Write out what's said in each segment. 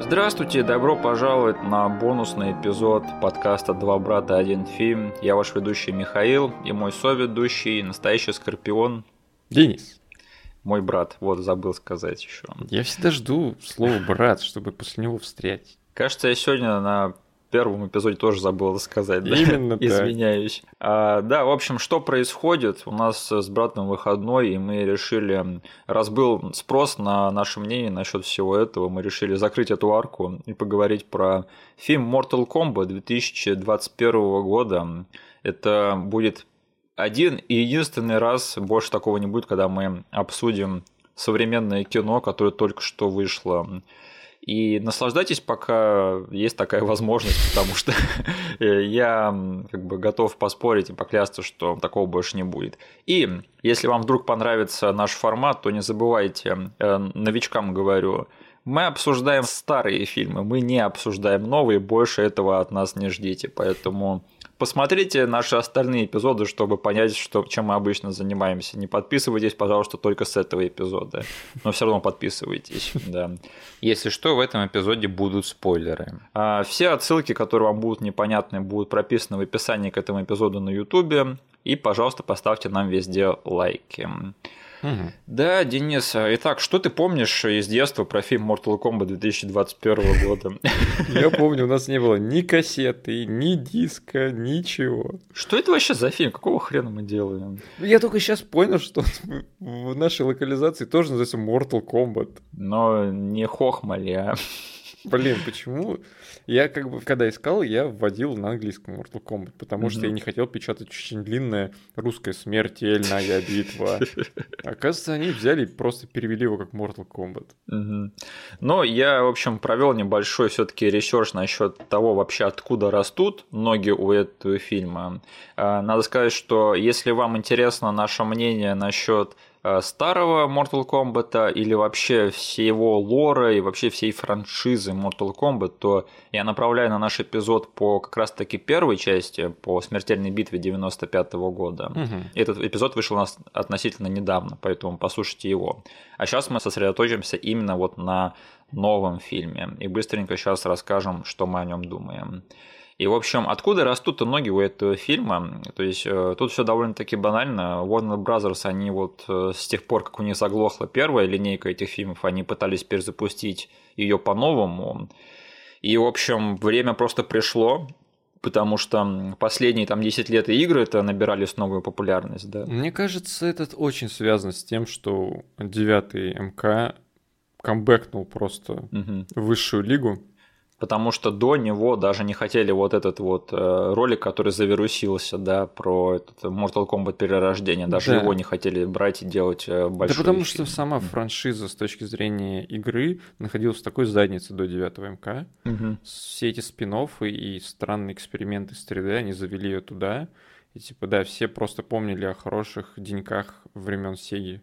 Здравствуйте, добро пожаловать на бонусный эпизод подкаста «Два брата, один фильм». Я ваш ведущий Михаил и мой соведущий, настоящий Скорпион. Денис. Мой брат, вот забыл сказать еще. Я всегда жду слова «брат», чтобы после него встрять. Кажется, я сегодня на первом эпизоде тоже забыл это сказать. Да? Именно так. Извиняюсь. Да, в общем, что происходит? У нас с братом выходной, и мы решили, раз был спрос на наше мнение насчет всего этого, мы решили закрыть эту арку и поговорить про фильм Mortal Kombat 2021 года. Это будет один и единственный раз, больше такого не будет, когда мы обсудим современное кино, которое только что вышло. И наслаждайтесь, пока есть такая возможность, потому что я готов поспорить и поклясться, что такого больше не будет. И если вам вдруг понравится наш формат, то не забывайте, новичкам говорю, мы обсуждаем старые фильмы, мы не обсуждаем новые, больше этого от нас не ждите, поэтому посмотрите наши остальные эпизоды, чтобы понять, чем мы обычно занимаемся. Не подписывайтесь, пожалуйста, только с этого эпизода, но все равно подписывайтесь. Да. Если что, в этом эпизоде будут спойлеры. Все отсылки, которые вам будут непонятны, будут прописаны в описании к этому эпизоду на YouTube. И, пожалуйста, поставьте нам везде лайки. Угу. Да, Денис, итак, что ты помнишь из детства про фильм Mortal Kombat 2021 года? Я помню, у нас не было ни кассеты, ни диска, ничего. Что это вообще за фильм? Какого хрена мы делаем? Я только сейчас понял, что в нашей локализации тоже называется Mortal Kombat. Но не хохмали, а... Блин, почему? Я когда искал, я вводил на английском Mortal Kombat, потому что я не хотел печатать очень длинное «Русская смертельная битва». Оказывается, они взяли и просто перевели его как Mortal Kombat. Ну, я, в общем, провел небольшой все-таки ресерч насчет того, вообще откуда растут ноги у этого фильма. Надо сказать, что если вам интересно наше мнение насчет старого Mortal Kombat или вообще всего лора и вообще всей франшизы Mortal Kombat, то я направляю на наш эпизод по как раз-таки первой части, по смертельной битве 95-го года. Этот эпизод вышел у нас относительно недавно, поэтому послушайте его. А сейчас мы сосредоточимся именно вот на новом фильме и быстренько сейчас расскажем, что мы о нем думаем. И, в общем, откуда растут ноги у этого фильма? То есть, тут все довольно-таки банально. Warner Brothers, они вот с тех пор, как у них заглохла первая линейка этих фильмов, они пытались перезапустить ее по-новому. И, в общем, время просто пришло, потому что последние 10 лет игры это набирали новую популярность. Да? Мне кажется, это очень связано с тем, что 9-й МК камбэкнул просто в высшую лигу. Потому что до него даже не хотели вот этот вот ролик, который завирусился, да, про этот Mortal Kombat перерождение, даже его не хотели брать и делать большой. Да потому что сама франшиза с точки зрения игры находилась в такой заднице до 9-го МК. Все эти спин-оффы и странные эксперименты с 3D, они завели ее туда. И типа, да, все просто помнили о хороших деньках времен Сеги.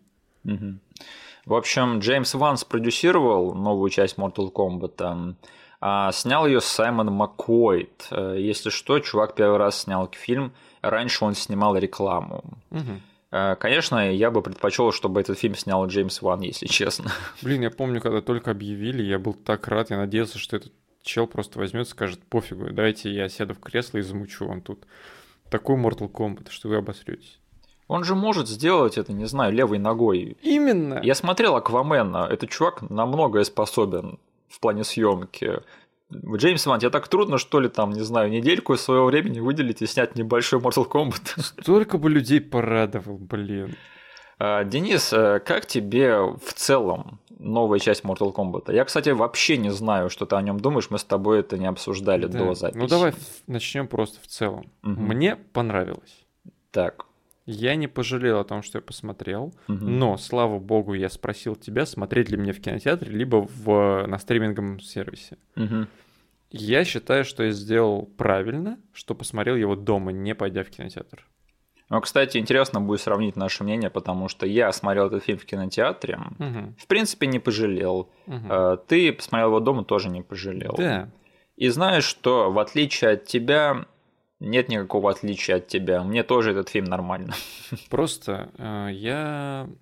В общем, Джеймс Ван спродюсировал новую часть Mortal Kombat. Снял ее Саймон Маккойд. Если что, чувак первый раз снял фильм, раньше он снимал рекламу. Конечно, я бы предпочел, чтобы этот фильм снял Джеймс Ван, если честно. Блин, я помню, когда только объявили, я был так рад, я надеялся, что этот чел просто возьмет и скажет: пофигу, давайте я сяду в кресло и замучу вам тут такой Mortal Kombat, что вы обосретесь. Он же может сделать это, не знаю, левой ногой. Именно. Я смотрел «Аквамена», этот чувак на многое способен в плане съемки. Джеймс Ван, тебе так трудно, что ли, там, не знаю, недельку своего времени выделить и снять небольшой Mortal Kombat? Столько бы людей порадовал, блин. Денис, как тебе в целом новая часть Mortal Kombat? Я, кстати, вообще не знаю, что ты о нем думаешь, мы с тобой это не обсуждали до записи. Ну давай начнем просто в целом. Мне понравилось. Так. Я не пожалел о том, что я посмотрел, но, слава богу, я спросил тебя, смотреть ли мне в кинотеатре, либо на стриминговом сервисе. Я считаю, что я сделал правильно, что посмотрел его дома, не пойдя в кинотеатр. Ну, кстати, интересно будет сравнить наше мнение, потому что я смотрел этот фильм в кинотеатре, в принципе, не пожалел. Ты посмотрел его дома, тоже не пожалел. Да. И знаешь, что в отличие от тебя... Нет никакого отличия от тебя. Мне тоже этот фильм нормально. Просто я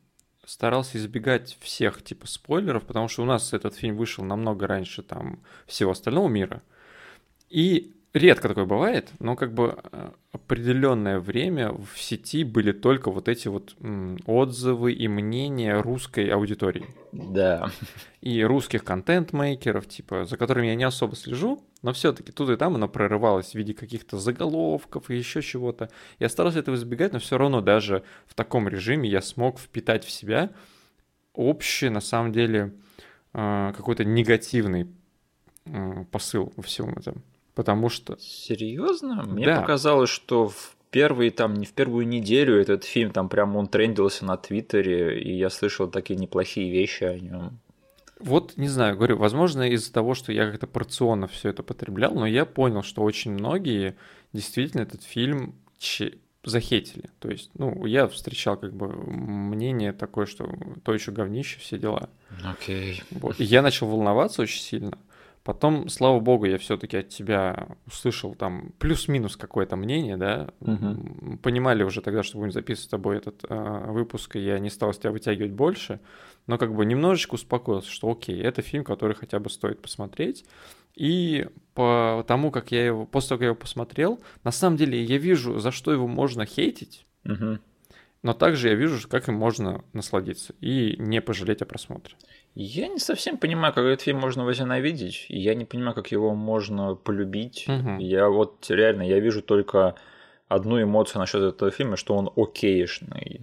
старался избегать всех типа спойлеров, потому что у нас этот фильм вышел намного раньше там всего остального мира. И редко такое бывает, но как бы определенное время в сети были только вот эти вот отзывы и мнения русской аудитории. Да. И русских контент-мейкеров, типа, за которыми я не особо слежу, но все-таки тут и там оно прорывалось в виде каких-то заголовков и еще чего-то. Я старался этого избегать, но все равно даже в таком режиме я смог впитать в себя общий, на самом деле, какой-то негативный посыл во всем этом. Потому что... Серьезно? Мне показалось, что в первые, там, не в первую неделю этот фильм, там прям он трендился на Твиттере, и я слышал такие неплохие вещи о нем. Вот, не знаю, говорю, возможно, из-за того, что я как-то порционно все это потреблял, но я понял, что очень многие действительно этот фильм захейтили. То есть, ну, я встречал как бы мнение такое, что то еще говнище, все дела. Окей. Вот. И я начал волноваться очень сильно. Потом, слава богу, я все-таки от тебя услышал там плюс-минус какое-то мнение, да. Понимали уже тогда, что будем записывать с тобой этот выпуск, и я не стал с тебя вытягивать больше, но как бы немножечко успокоился, что окей, это фильм, который хотя бы стоит посмотреть. И по тому, как я его, после того, как я его посмотрел, на самом деле я вижу, за что его можно хейтить, но также я вижу, как им можно насладиться и не пожалеть о просмотре. Я не совсем понимаю, как этот фильм можно возненавидеть, и я не понимаю, как его можно полюбить. Я вот реально, я вижу только одну эмоцию насчет этого фильма, что он окейшный.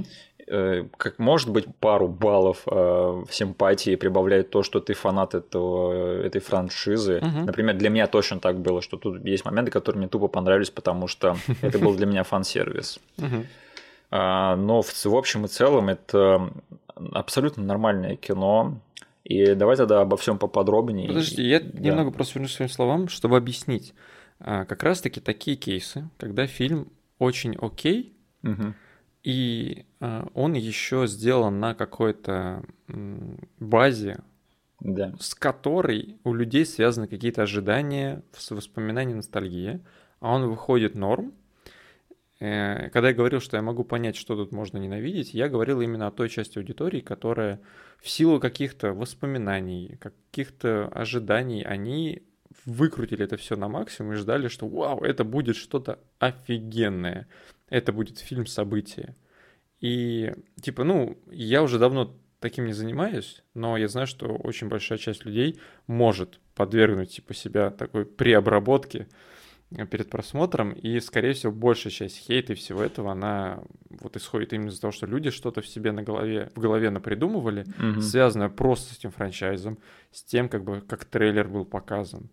Как может быть пару баллов симпатии прибавляет то, что ты фанат этой франшизы. Например, для меня точно так было, что тут есть моменты, которые мне тупо понравились, потому что это был для меня фан-сервис. Но в общем и целом это абсолютно нормальное кино. И давай тогда обо всем поподробнее. Подожди, я немного просто вернусь к своим словам, чтобы объяснить. Как раз-таки такие кейсы, когда фильм очень окей, и он еще сделан на какой-то базе, с которой у людей связаны какие-то ожидания, воспоминания, ностальгия, а он выходит норм. Когда я говорил, что я могу понять, что тут можно ненавидеть, я говорил именно о той части аудитории, которая в силу каких-то воспоминаний, каких-то ожиданий, они выкрутили это все на максимум и ждали, что вау, это будет что-то офигенное, это будет фильм-событие. И типа, ну, я уже давно таким не занимаюсь, но я знаю, что очень большая часть людей может подвергнуть типа себя такой преобработке перед просмотром, и, скорее всего, большая часть хейта и всего этого, она вот исходит именно из-за того, что люди что-то в себе в голове напридумывали, связанное просто с этим франчайзом, с тем, как трейлер был показан,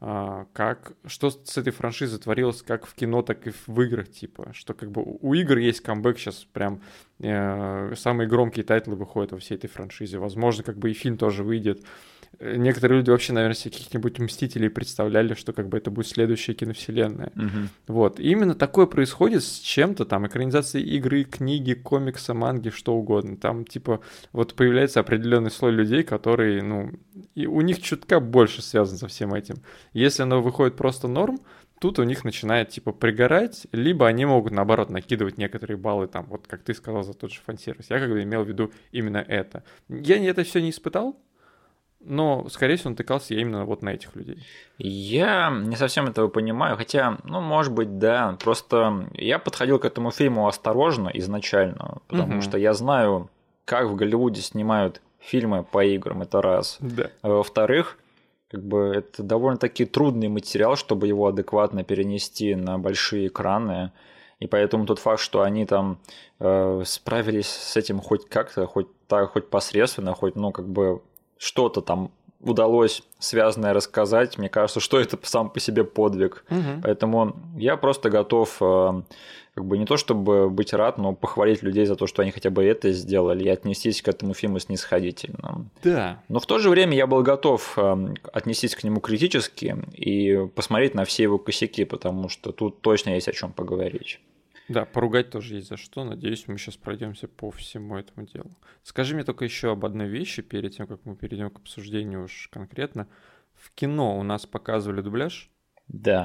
что с этой франшизой творилось как в кино, так и в играх, типа, что как бы у игр есть камбэк сейчас прям, самые громкие тайтлы выходят во всей этой франшизе, возможно, как бы и фильм тоже выйдет. Некоторые люди вообще, наверное, себе каких-нибудь Мстителей представляли, что как бы это будет следующая киновселенная. Вот. И именно такое происходит с чем-то, там, экранизацией игры, книги, комикса, манги, что угодно. Там, типа, вот появляется определенный слой людей, которые, ну, и у них чутка больше связано со всем этим. Если оно выходит просто норм, тут у них начинает, типа, пригорать, либо они могут, наоборот, накидывать некоторые баллы, там, вот как ты сказал, за тот же фан-сервис. Я как бы имел в виду именно это. Я это все не испытал, но, скорее всего, натыкался я именно вот на этих людей. Я не совсем этого понимаю, хотя, ну, может быть, да. Просто я подходил к этому фильму осторожно изначально, потому что я знаю, как в Голливуде снимают фильмы по играм, это раз. Да. А во-вторых, как бы это довольно-таки трудный материал, чтобы его адекватно перенести на большие экраны. И поэтому тот факт, что они там справились с этим хоть как-то, хоть посредственно, хоть, ну, как бы что-то там удалось связанное рассказать, мне кажется, что это сам по себе подвиг. Поэтому я просто готов как бы не то чтобы быть рад, но похвалить людей за то, что они хотя бы это сделали, и отнестись к этому фильму снисходительно. Да. Но в то же время я был готов отнестись к нему критически и посмотреть на все его косяки, потому что тут точно есть о чем поговорить. Да, поругать тоже есть за что. Надеюсь, мы сейчас пройдемся по всему этому делу. Скажи мне только еще об одной вещи, перед тем, как мы перейдем к обсуждению уж конкретно. В кино у нас показывали дубляж? Да.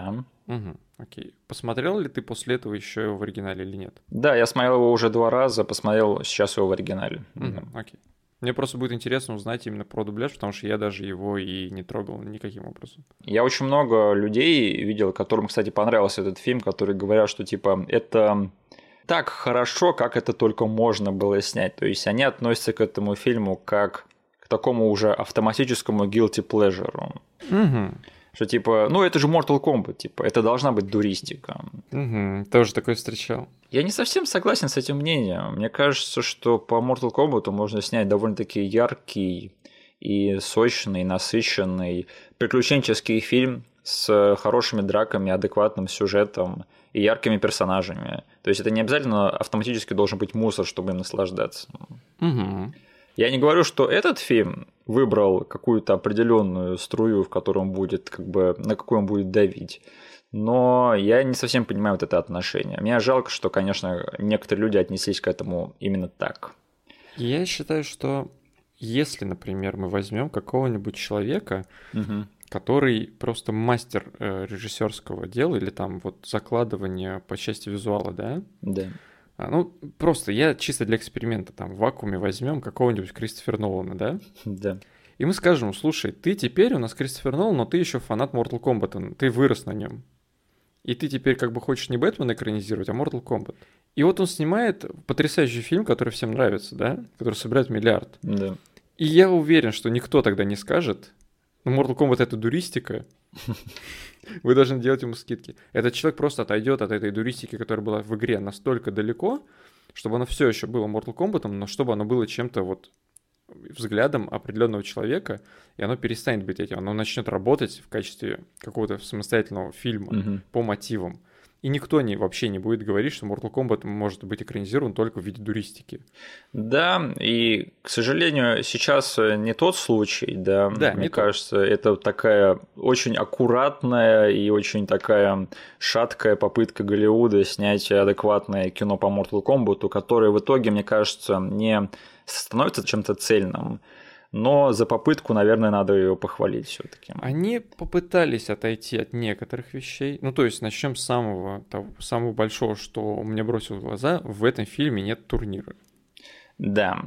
Угу, окей. Посмотрел ли ты после этого еще его в оригинале или нет? Да, я смотрел его уже 2 раза, посмотрел сейчас его в оригинале. Окей. Мне просто будет интересно узнать именно про дубляж, потому что я даже его и не трогал никаким образом. Я очень много людей видел, которым, кстати, понравился этот фильм, которые говорят, что типа это так хорошо, как это только можно было снять. То есть они относятся к этому фильму как к такому уже автоматическому guilty pleasure. Угу. Что типа, ну это же Mortal Kombat, типа, это должна быть дуристика. Угу, тоже такое встречал. Я не совсем согласен с этим мнением. Мне кажется, что по Mortal Kombat можно снять довольно-таки яркий и сочный, насыщенный приключенческий фильм с хорошими драками, адекватным сюжетом и яркими персонажами. То есть это не обязательно автоматически должен быть мусор, чтобы им наслаждаться. Угу. Я не говорю, что этот фильм выбрал какую-то определенную струю, в котором будет, как бы, на какую он будет давить. Но я не совсем понимаю вот это отношение. Мне жалко, что, конечно, некоторые люди отнеслись к этому именно так. Я считаю, что если, например, мы возьмем какого-нибудь человека, который просто мастер режиссерского дела или там вот закладывания по части визуала, да? Да. Ну, просто я чисто для эксперимента там в вакууме возьмем какого-нибудь Кристофера Нолана, да? Да. И мы скажем, слушай, ты теперь у нас Кристофер Нолан, но ты еще фанат Mortal Kombat, ты вырос на нем. И ты теперь как бы хочешь не Бэтмена экранизировать, а Mortal Kombat. И вот он снимает потрясающий фильм, который всем нравится, да? Который собирает миллиард. Да. И я уверен, что никто тогда не скажет, ну, Mortal Kombat — это дуристика, вы должны делать ему скидки. Этот человек просто отойдет от этой дуристики, которая была в игре, настолько далеко, чтобы оно все еще было Mortal Kombat, но чтобы оно было чем-то вот взглядом определенного человека, и оно перестанет быть этим. Оно начнет работать в качестве какого-то самостоятельного фильма по мотивам. И никто вообще не будет говорить, что Mortal Kombat может быть экранизирован только в виде дуристики. Да, и, к сожалению, сейчас не тот случай, да. Мне кажется, это такая очень аккуратная и очень такая шаткая попытка Голливуда снять адекватное кино по Mortal Kombat, которое в итоге, мне кажется, не становится чем-то цельным. Но за попытку, наверное, надо ее похвалить все-таки. Они попытались отойти от некоторых вещей. Ну, то есть, начнем с самого большого, что мне бросило в глаза. В этом фильме нет турнира. Да.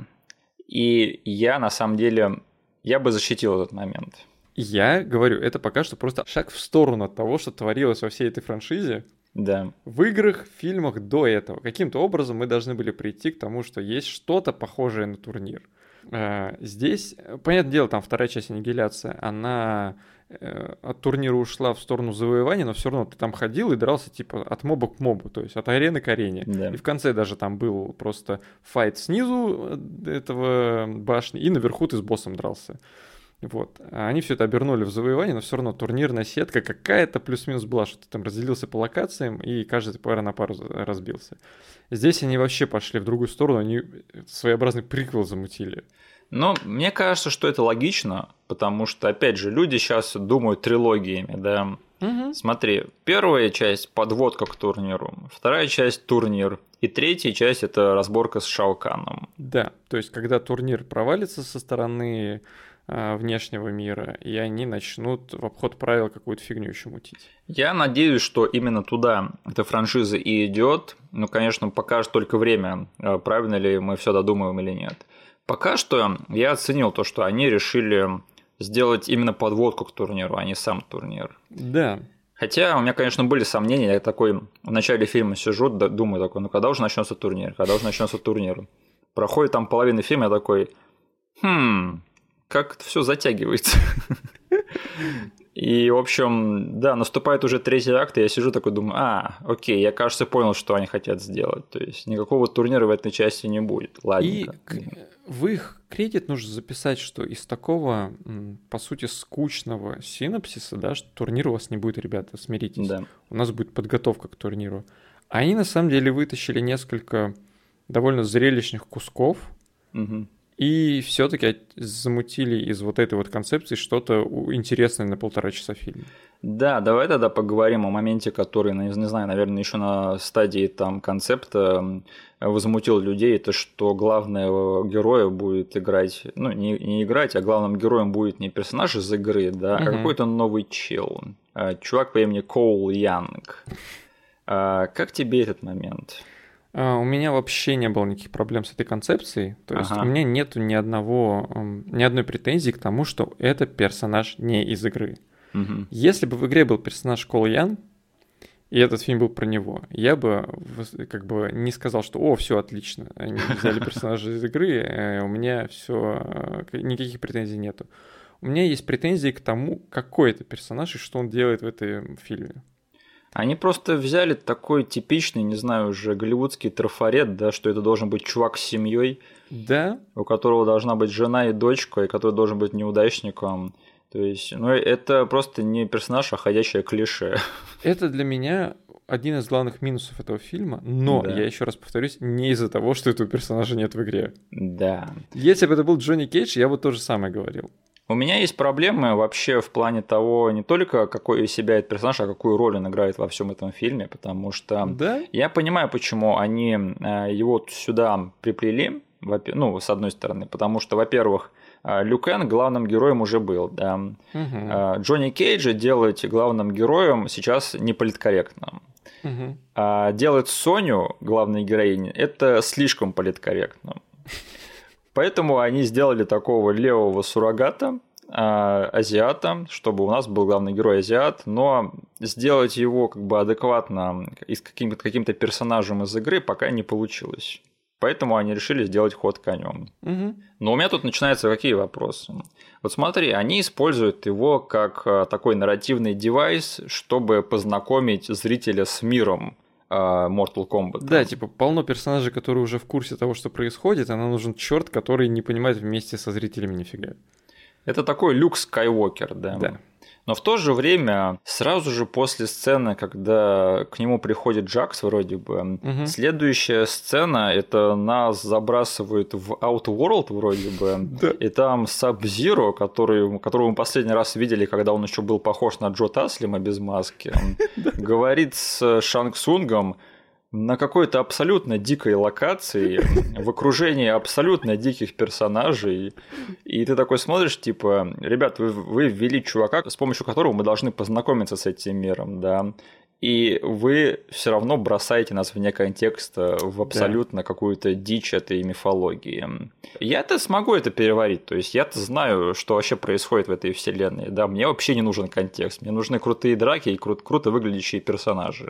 И я, на самом деле, я бы защитил этот момент. Я говорю, это пока что просто шаг в сторону от того, что творилось во всей этой франшизе. Да. В играх, в фильмах до этого. Каким-то образом мы должны были прийти к тому, что есть что-то похожее на турнир. Здесь, понятное дело, там вторая часть «Аннигиляция», она от турнира ушла в сторону завоевания, но все равно ты там ходил и дрался типа от моба к мобу, то есть от арены к арене. Да. И в конце даже там был просто файт снизу этого башни, и наверху ты с боссом дрался. Вот. А они все это обернули в завоевание, но все равно турнирная сетка какая-то плюс-минус была, что ты там разделился по локациям, и каждый пара на пару разбился. Здесь они вообще пошли в другую сторону, они своеобразный приквел замутили. Но мне кажется, что это логично, потому что, опять же, люди сейчас думают трилогиями, да. Смотри, первая часть – подводка к турниру, вторая часть – турнир, и третья часть – это разборка с Шао Каном. Да, то есть, когда турнир провалится со стороны внешнего мира, и они начнут в обход правил какую-то фигню еще мутить. Я надеюсь, что именно туда эта франшиза и идет. Ну, конечно, покажет только время, правильно ли мы все додумываем или нет. Пока что я оценил то, что они решили сделать именно подводку к турниру, а не сам турнир. Да. Хотя у меня, конечно, были сомнения. Я такой в начале фильма сижу, думаю такой, ну когда уже начнется турнир? Когда уже начнется турнир? Проходит там половина фильма, я такой, как это все затягивается. И, в общем, да, наступает уже третий акт, и я сижу такой, думаю, окей, я, кажется, понял, что они хотят сделать. То есть никакого турнира в этой части не будет. Ладненько. И в их кредит нужно записать, что из такого, по сути, скучного синопсиса, да, что турнир у вас не будет, ребята, смиритесь. Да. У нас будет подготовка к турниру. Они, на самом деле, вытащили несколько довольно зрелищных кусков, и все-таки замутили из вот этой вот концепции что-то интересное на 1,5 часа фильма. Да, давай тогда поговорим о моменте, который, не знаю, наверное, еще на стадии там концепта возмутил людей. Это что главного героя будет играть, ну, не играть, а главным героем будет не персонаж из игры, да, а какой-то новый чел. чувак по имени Коул Янг. Как тебе этот момент? У меня вообще не было никаких проблем с этой концепцией. То есть у меня нету ни одной претензии к тому, что это персонаж не из игры. Если бы в игре был персонаж Коул Янг, и этот фильм был про него, я бы как бы не сказал, что все отлично, они взяли персонажа из игры, у меня все, никаких претензий нету. У меня есть претензии к тому, какой это персонаж и что он делает в этом фильме. Они просто взяли такой типичный, не знаю, уже голливудский трафарет, да, что это должен быть чувак с семьей, да? У которого должна быть жена и дочка, и который должен быть неудачником. То есть, это просто не персонаж, а ходячее клише. Это для меня один из главных минусов этого фильма, но, я еще раз повторюсь, не из-за того, что этого персонажа нет в игре. Да. Если бы это был Джонни Кейдж, я бы то же самое говорил. У меня есть проблемы вообще в плане того, не только какой из себя этот персонаж, а какую роль он играет во всем этом фильме, потому что я понимаю, почему они его сюда приплели, с одной стороны, потому что, во-первых, Лю Кэн главным героем уже был, да. Джонни Кейджа делать главным героем сейчас не политкорректно. А делать Соню главной героиней – это слишком политкорректно. Поэтому они сделали такого левого суррогата, азиата, чтобы у нас был главный герой азиат, но сделать его как бы адекватно каким-то персонажем из игры пока не получилось. Поэтому они решили сделать ход конем. Но у меня тут начинаются какие вопросы? Вот смотри, они используют его как такой нарративный девайс, чтобы познакомить зрителя с миром Mortal Kombat. Да, типа полно персонажей, которые уже в курсе того, что происходит, а нам нужен черт, который не понимает вместе со зрителями нифига. Это такой Люк Скайуокер, да. Но в то же время, сразу же после сцены, когда к нему приходит Джакс вроде бы, следующая сцена – это нас забрасывают в Outworld вроде бы, и там Sub-Zero, которого мы последний раз видели, когда он еще был похож на Джо Таслима без маски, говорит с Шанг Сунгом на какой-то абсолютно дикой локации, в окружении абсолютно диких персонажей, и ты такой смотришь, типа, ребят, вы ввели чувака, с помощью которого мы должны познакомиться с этим миром, да, и вы все равно бросаете нас вне контекста в абсолютно какую-то дичь этой мифологии. Я-то смогу это переварить, то есть я-то знаю, что вообще происходит в этой вселенной, да, мне вообще не нужен контекст, мне нужны крутые драки и круто выглядящие персонажи,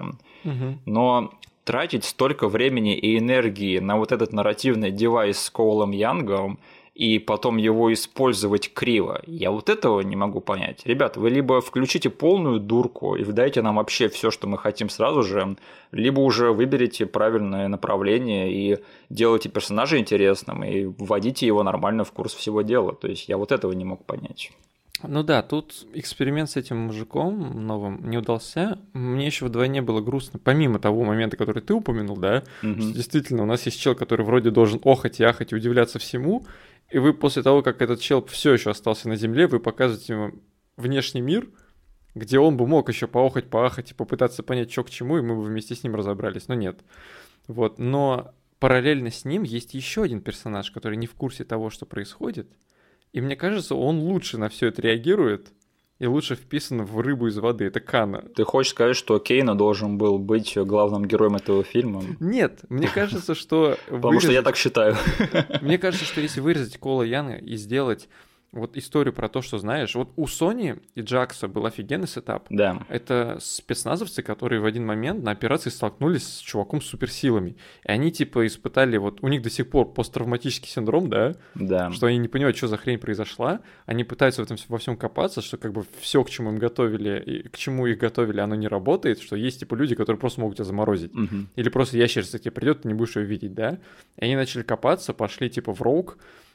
но тратить столько времени и энергии на вот этот нарративный девайс с Коулом Янгом и потом его использовать криво, я вот этого не могу понять. Ребят, вы либо включите полную дурку и дайте нам вообще все, что мы хотим сразу же, либо уже выберите правильное направление и делайте персонажа интересным и вводите его нормально в курс всего дела. То есть я вот этого не мог понять. Ну да, тут эксперимент с этим мужиком новым не удался. Мне еще вдвойне было грустно, помимо того момента, который ты упомянул, да, что действительно у нас есть чел, который вроде должен охать и ахать и удивляться всему, и вы после того, как этот чел все еще остался на земле, вы показываете ему внешний мир, где он бы мог еще поохать, поахать и попытаться понять, что к чему, и мы бы вместе с ним разобрались, но нет. Вот, но параллельно с ним есть еще один персонаж, который не в курсе того, что происходит. И мне кажется, он лучше на все это реагирует и лучше вписан в рыбу из воды. Это Кана. Ты хочешь сказать, что Кейна должен был быть главным героем этого фильма? Нет, мне кажется, что... Потому что я так считаю. Мне кажется, что если вырезать Коула Янга и сделать вот историю про то, что знаешь, вот у Сони и Джакса был офигенный сетап. Да. Это спецназовцы, которые в один момент на операции столкнулись с чуваком с суперсилами. И они типа испытали, вот у них до сих пор посттравматический синдром, да? Да. Что они не понимают, что за хрень произошла. Они пытаются во всем копаться, что как бы все, к чему им готовили, и к чему их готовили, оно не работает, что есть типа люди, которые просто могут тебя заморозить. Или просто ящерица к тебе придет, ты не будешь ее видеть, да? И они начали копаться, пошли типа в Rogue.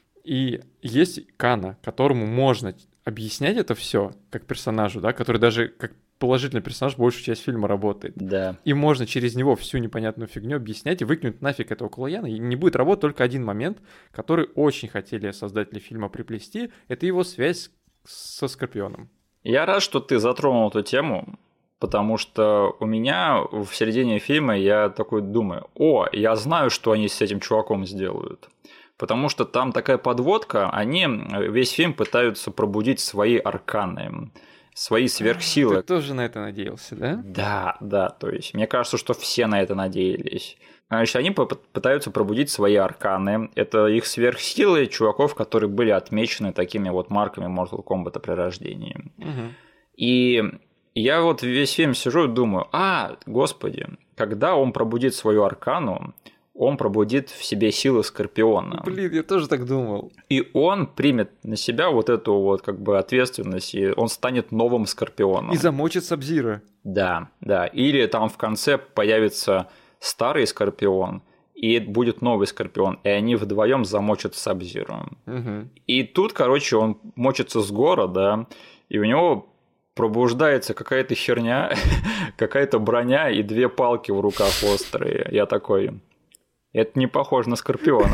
И есть Кана, которому можно объяснять это все как персонажу, да, который даже как положительный персонаж большую часть фильма работает. Да. И можно через него всю непонятную фигню объяснять и выкинуть нафиг этого Коула Янга. И не будет работать только один момент, который очень хотели создатели фильма приплести. Это его связь со Скорпионом. Я рад, что ты затронул эту тему, потому что у меня в середине фильма я такой думаю, я знаю, что они с этим чуваком сделают. Потому что там такая подводка, они весь фильм пытаются пробудить свои арканы. свои сверхсилы. Ты тоже на это надеялся, да? Да, то есть мне кажется, что все на это надеялись. Значит, они пытаются пробудить свои арканы. Это их сверхсилы чуваков, которые были отмечены такими вот марками Mortal Kombat при рождении. И я вот весь фильм сижу и думаю, господи, когда он пробудит свою аркану, он пробудит в себе силы Скорпиона. Блин, я тоже так думал. И он примет на себя вот эту вот как бы ответственность, и он станет новым Скорпионом. И замочит Саб-Зиро. Да. Или там в конце появится старый Скорпион, и будет новый Скорпион, и они вдвоем замочат Саб-Зиро. И тут, короче, он мочится с города, и у него пробуждается какая-то херня, какая-то броня и 2 палки в руках острые. Я такой... Это не похоже на Скорпиона.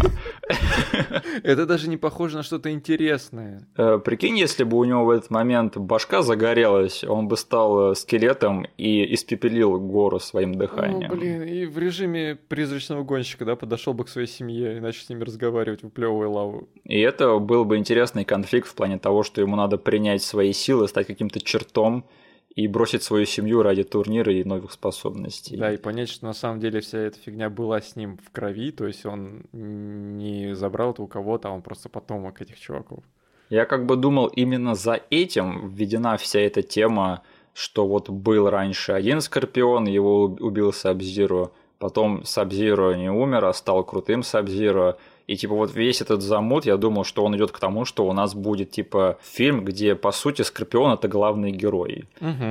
Это даже не похоже на что-то интересное. Прикинь, если бы у него в этот момент башка загорелась, он бы стал скелетом и испепелил гору своим дыханием. И в режиме призрачного гонщика, да, подошел бы к своей семье и начал с ними разговаривать, выплевывая лаву. И это был бы интересный конфликт в плане того, что ему надо принять свои силы, стать каким-то чертом, и бросить свою семью ради турнира и новых способностей. Да, и понять, что на самом деле вся эта фигня была с ним в крови, то есть он не забрал это у кого-то, а он просто потомок этих чуваков. Я как бы думал, именно за этим введена вся эта тема, что вот был раньше один Скорпион, его убил Саб-Зиро, потом Саб-Зиро не умер, а стал крутым Саб-Зиро. И типа вот весь этот замут, я думал, что он идет к тому, что у нас будет типа фильм, где по сути Скорпион это главный герой.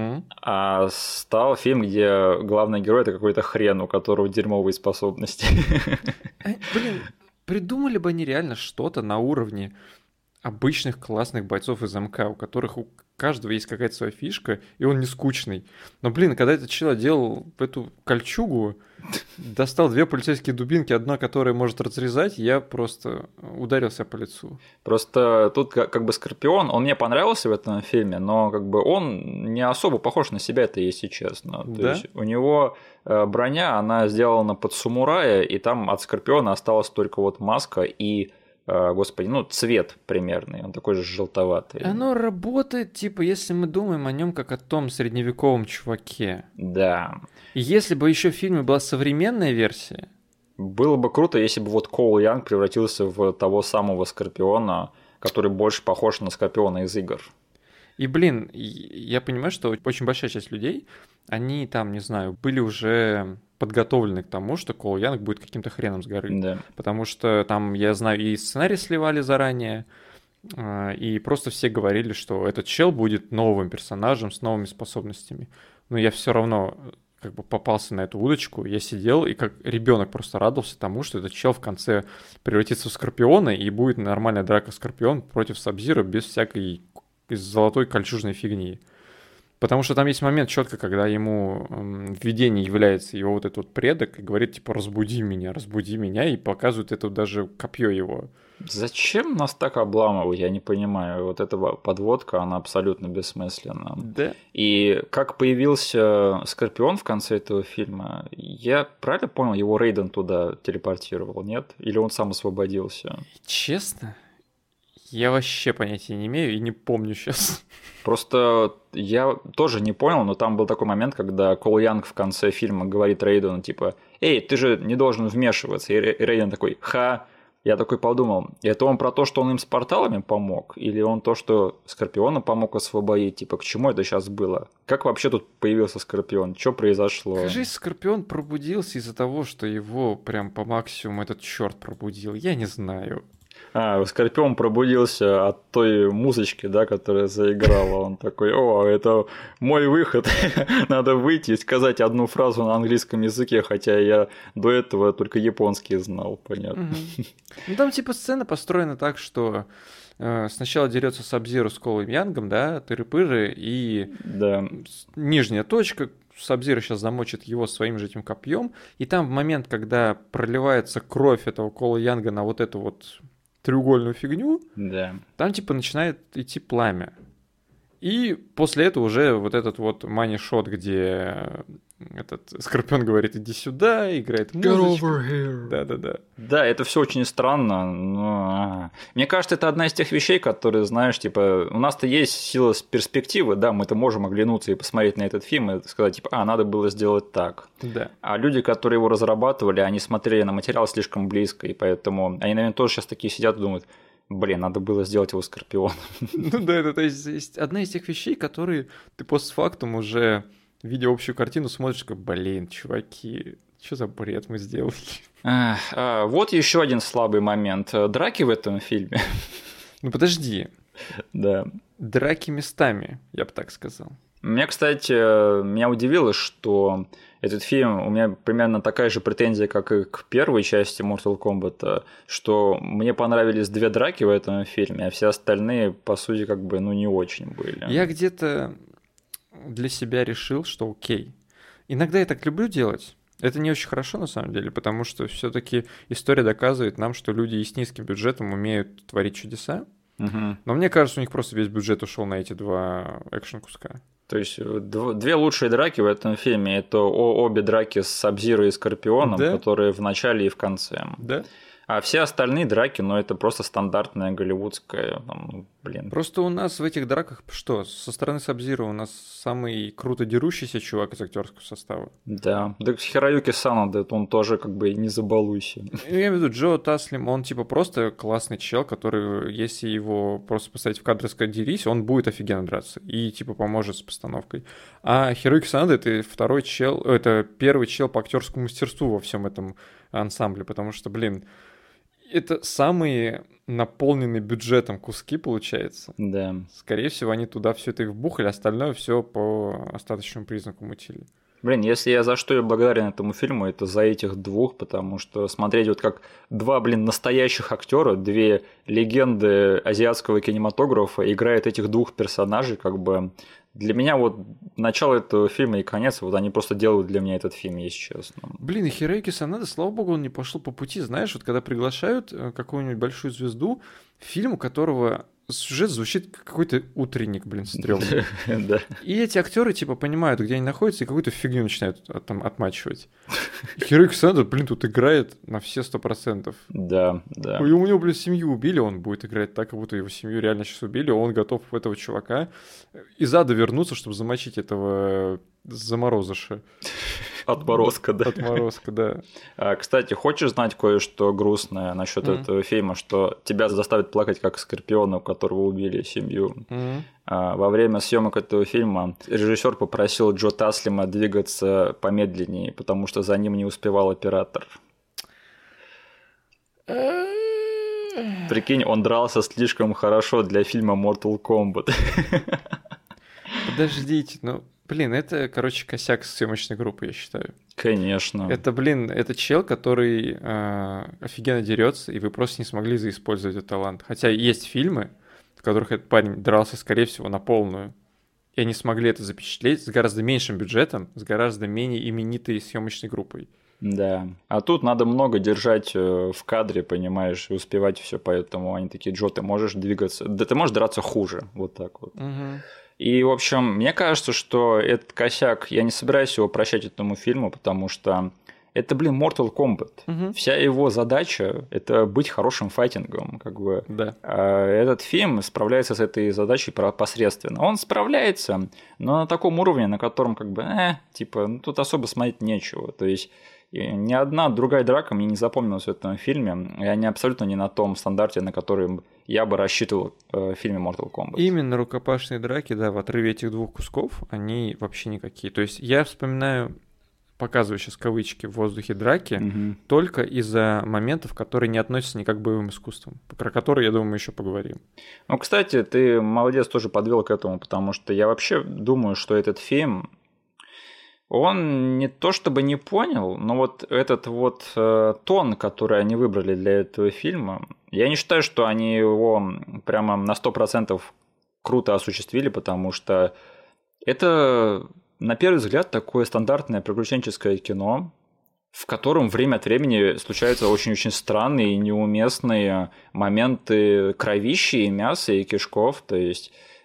А стал фильм, где главный герой это какой-то хрен, у которого дерьмовые способности. Блин, придумали бы они реально что-то на уровне обычных классных бойцов из МК, у которых у каждого есть какая-то своя фишка, и он не скучный. Но, блин, когда этот человек делал эту кольчугу, достал 2 полицейские дубинки, одна, которая может разрезать, я просто ударился по лицу. Просто тут как бы Скорпион, он мне понравился в этом фильме, но как бы он не особо похож на себя, это если честно. Да? То есть у него броня, она сделана под самурая, и там от Скорпиона осталась только вот маска и цвет примерный, он такой же желтоватый. Оно работает, типа, если мы думаем о нем как о том средневековом чуваке. Да. И если бы еще в фильме была современная версия... Было бы круто, если бы вот Коул Янг превратился в того самого Скорпиона, который больше похож на Скорпиона из игр. И, блин, я понимаю, что очень большая часть людей, они там, не знаю, были уже подготовлены к тому, что Коул Янг будет каким-то хреном с горы. Да. Потому что там, я знаю, и сценарий сливали заранее, и просто все говорили, что этот чел будет новым персонажем с новыми способностями. Но я все равно как бы попался на эту удочку, я сидел и как ребенок просто радовался тому, что этот чел в конце превратится в Скорпиона, и будет нормальная драка Скорпион против Саб-Зиро без всякой золотой кольчужной фигни. Потому что там есть момент четко, когда ему в видении является его вот этот вот предок и говорит, типа, разбуди меня, и показывает это даже копье его. Зачем нас так обламывать, я не понимаю. Вот эта подводка, она абсолютно бессмысленна. Да. И как появился Скорпион в конце этого фильма, я правильно понял, его Рейден туда телепортировал, нет? Или он сам освободился? Честно? Я вообще понятия не имею и не помню сейчас. Просто я тоже не понял, но там был такой момент, когда Коул Янг в конце фильма говорит Рейдену, типа, «Эй, ты же не должен вмешиваться». И Рейден такой, «Ха». Я такой подумал, это он про то, что он им с порталами помог? Или он то, что Скорпиона помог освободить? Типа, к чему это сейчас было? Как вообще тут появился Скорпион? Что произошло? Кажись, Скорпион пробудился из-за того, что его прям по максимуму этот черт пробудил. Я не знаю. Скорпион пробудился от той музычки, да, которая заиграла. Он такой, это мой выход. Надо выйти и сказать одну фразу на английском языке, хотя я до этого только японский знал, понятно. Ну там типа сцена построена так, что сначала дерется Саб-Зиро с Коулом Янгом, да, тыры-пыры, и нижняя точка, Саб-Зиро сейчас замочит его своим же этим копьем, и там в момент, когда проливается кровь этого Коула Янга на вот эту вот треугольную фигню, там типа начинает идти пламя. И после этого уже вот этот вот мани-шот, где этот Скорпион говорит «иди сюда», играет музычка. Get over here. Да-да-да. Да, это все очень странно, но мне кажется, это одна из тех вещей, которые, знаешь, типа, у нас-то есть сила перспективы, да, мы-то можем оглянуться и посмотреть на этот фильм и сказать, типа, надо было сделать так. Да. А люди, которые его разрабатывали, они смотрели на материал слишком близко, и поэтому они, наверное, тоже сейчас такие сидят и думают, блин, надо было сделать его Скорпионом. Ну да, это то есть одна из тех вещей, которые ты постфактум уже, видя общую картину, смотришь, как, блин, чуваки, что за бред мы сделали? Вот еще один слабый момент. Драки в этом фильме. Ну подожди. Да. Драки местами, я бы так сказал. Меня удивило, что этот фильм, у меня примерно такая же претензия, как и к первой части Mortal Kombat, что мне понравились 2 драки в этом фильме, а все остальные, по сути, как бы, не очень были. Я где-то для себя решил, что окей. Иногда я так люблю делать. Это не очень хорошо, на самом деле, потому что все-таки история доказывает нам, что люди и с низким бюджетом умеют творить чудеса. Угу. Но мне кажется, у них просто весь бюджет ушел на эти 2 экшн-куска. То есть 2 лучшие драки в этом фильме — это обе драки с Саб-Зиро и Скорпионом, да? Которые в начале и в конце. Да. А все остальные драки, это просто стандартная голливудская, Просто у нас в этих драках что? Со стороны Саб-Зиро у нас самый круто дерущийся чувак из актерского состава. Да, Хироюки Санада, он тоже как бы не забалуйся. Я имею в виду, Джо Таслим, он типа просто классный чел, который, если его просто поставить в кадр и сказать «дерись», он будет офигенно драться и типа поможет с постановкой. А Хироюки Санада — это первый чел по актерскому мастерству во всем этом ансамбле, потому что, это самые наполненные бюджетом куски, получается. Да. Скорее всего, они туда все это и вбухали, остальное все по остаточному признаку мутили. Если я за что я благодарен этому фильму, это за этих 2, потому что смотреть как 2, настоящих актера, 2 легенды азиатского кинематографа играют этих 2 персонажей, как бы для меня начало этого фильма и конец, они просто делают для меня этот фильм, если честно. И Хироюки Санада, слава богу, он не пошел по пути, знаешь, когда приглашают какую-нибудь большую звезду, фильм, у которого сюжет звучит как какой-то утренник, стрёмный. Да. И эти актеры типа понимают, где они находятся, и какую-то фигню начинают там отмачивать. Хироюки Санада, тут играет на все 100%. Да. И у него, семью убили, он будет играть так, как будто его семью реально сейчас убили, он готов в этого чувака из ада вернуться, чтобы замочить этого заморозыша. Отморозка, да. Отморозка, да. Кстати, хочешь знать кое-что грустное насчет этого фильма, что тебя заставит плакать как Скорпиона, у которого убили семью? Во время съемок этого фильма режиссер попросил Джо Таслима двигаться помедленнее, потому что за ним не успевал оператор. Прикинь, он дрался слишком хорошо для фильма Mortal Kombat. Подождите, это, косяк съемочной группы, я считаю. Конечно. Это чел, который офигенно дерется, и вы просто не смогли заиспользовать этот талант. Хотя есть фильмы, в которых этот парень дрался, скорее всего, на полную, и они смогли это запечатлеть с гораздо меньшим бюджетом, с гораздо менее именитой съемочной группой. Да. А тут надо много держать в кадре, понимаешь, и успевать все, поэтому они такие: Джо, ты можешь двигаться, да ты можешь драться хуже, вот так вот. Угу. И, в общем, мне кажется, что этот косяк, я не собираюсь его прощать этому фильму, потому что это, Mortal Kombat. Угу. Вся его задача – это быть хорошим файтингом, как бы. Да. А этот фильм справляется с этой задачей посредственно. Он справляется, но на таком уровне, на котором, тут особо смотреть нечего. То есть ни одна другая драка мне не запомнилась в этом фильме, и они абсолютно не на том стандарте, на который я бы рассчитывал в фильме Mortal Kombat. Именно рукопашные драки, да, в отрыве этих 2 кусков, они вообще никакие. То есть я вспоминаю, показываю сейчас кавычки в воздухе, драки, только из-за моментов, которые не относятся никак к боевым искусствам, про которые, я думаю, мы еще поговорим. Кстати, ты молодец, тоже подвел к этому, потому что я вообще думаю, что этот фильм, он не то чтобы не понял, но этот тон, который они выбрали для этого фильма, я не считаю, что они его прямо на 100% круто осуществили, потому что это, на первый взгляд, такое стандартное приключенческое кино, в котором время от времени случаются очень-очень странные и неуместные моменты кровищи и мяса и кишков, то есть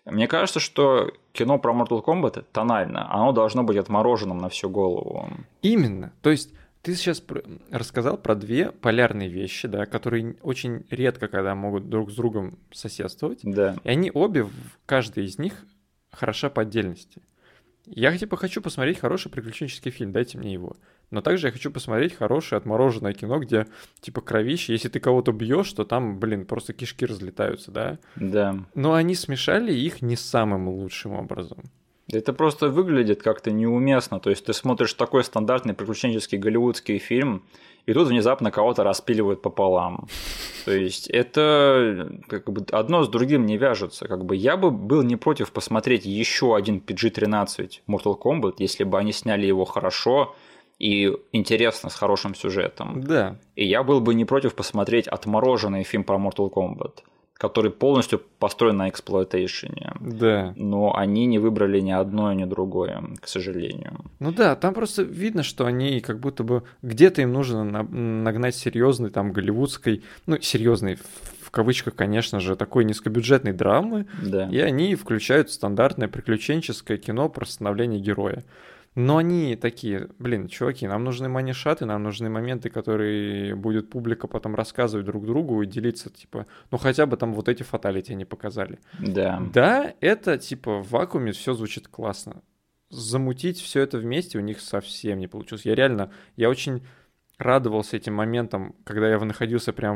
Мне кажется, что кино про Mortal Kombat тонально, оно должно быть отмороженным на всю голову. Именно. То есть ты сейчас рассказал про две полярные вещи, да, которые очень редко когда могут друг с другом соседствовать. Да. И они обе, каждая из них хороша по отдельности. Я типа хочу посмотреть хороший приключенческий фильм, дайте мне его. Но также я хочу посмотреть хорошее отмороженное кино, где типа кровище, если ты кого-то бьешь, то там, просто кишки разлетаются, да? Да. Но они смешали их не самым лучшим образом. Это просто выглядит как-то неуместно. То есть ты смотришь такой стандартный приключенческий голливудский фильм, и тут внезапно кого-то распиливают пополам. То есть это как бы одно с другим не вяжется. Как бы я бы был не против посмотреть еще один PG-13 Mortal Kombat, если бы они сняли его хорошо и интересно, с хорошим сюжетом. Да. И я был бы не против посмотреть отмороженный фильм про Mortal Kombat, который полностью построен на эксплуатейшене. Да. Но они не выбрали ни одно, ни другое, к сожалению. Ну да, там просто видно, что они как будто бы где-то им нужно нагнать серьезный там голливудской, серьезный в кавычках, конечно же, такой низкобюджетной драмы, Да. И они включают стандартное приключенческое кино про становление героя. Но они такие, чуваки, нам нужны манишаты, нам нужны моменты, которые будет публика потом рассказывать друг другу и делиться, типа, хотя бы там вот эти фаталити они показали. Да. Да, это типа в вакууме все звучит классно. Замутить все это вместе у них совсем не получилось. Я очень радовался этим моментом, когда я находился прям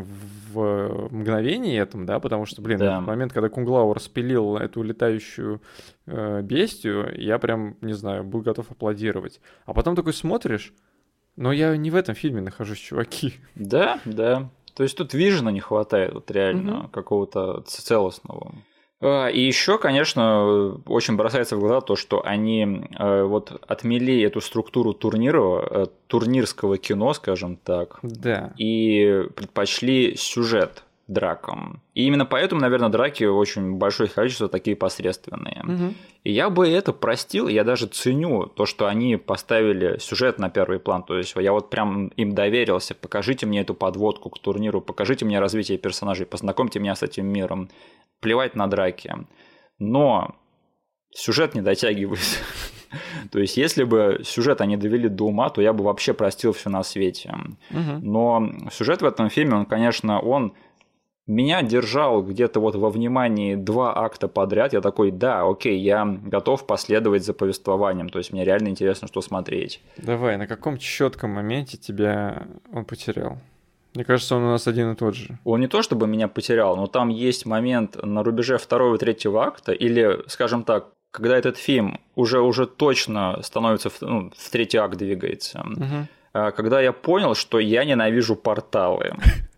в мгновении этом, да, потому что, Да. момент, когда Кунг Лао распилил эту летающую бестию, я прям, не знаю, был готов аплодировать. А потом такой смотришь, но я не в этом фильме нахожусь, чуваки. Да, да. То есть тут вижена не хватает, вот реально, какого-то целостного. И еще, конечно, очень бросается в глаза то, что они вот отмели эту структуру турнирского кино, скажем так, Да. и предпочли сюжет дракам. И именно поэтому, наверное, драки очень большое количество такие посредственные. Угу. И я бы это простил, я даже ценю то, что они поставили сюжет на первый план. То есть я вот прям им доверился, покажите мне эту подводку к турниру, покажите мне развитие персонажей, познакомьте меня с этим миром. Плевать на драки. Но сюжет не дотягивает. То есть, если бы сюжет они довели до ума, то я бы вообще простил все на свете. Но сюжет в этом фильме, он, конечно, меня держал где-то вот во внимании 2 акта подряд. Я такой, да, окей, я готов последовать за повествованием. То есть, мне реально интересно, что смотреть. Давай, на каком четком моменте тебя он потерял? Мне кажется, он у нас один и тот же. Он не то чтобы меня потерял, но там есть момент на рубеже 2 и 3 акта, или, скажем так, когда этот фильм уже точно становится в 3-й акт двигается, когда я понял, что я ненавижу порталы.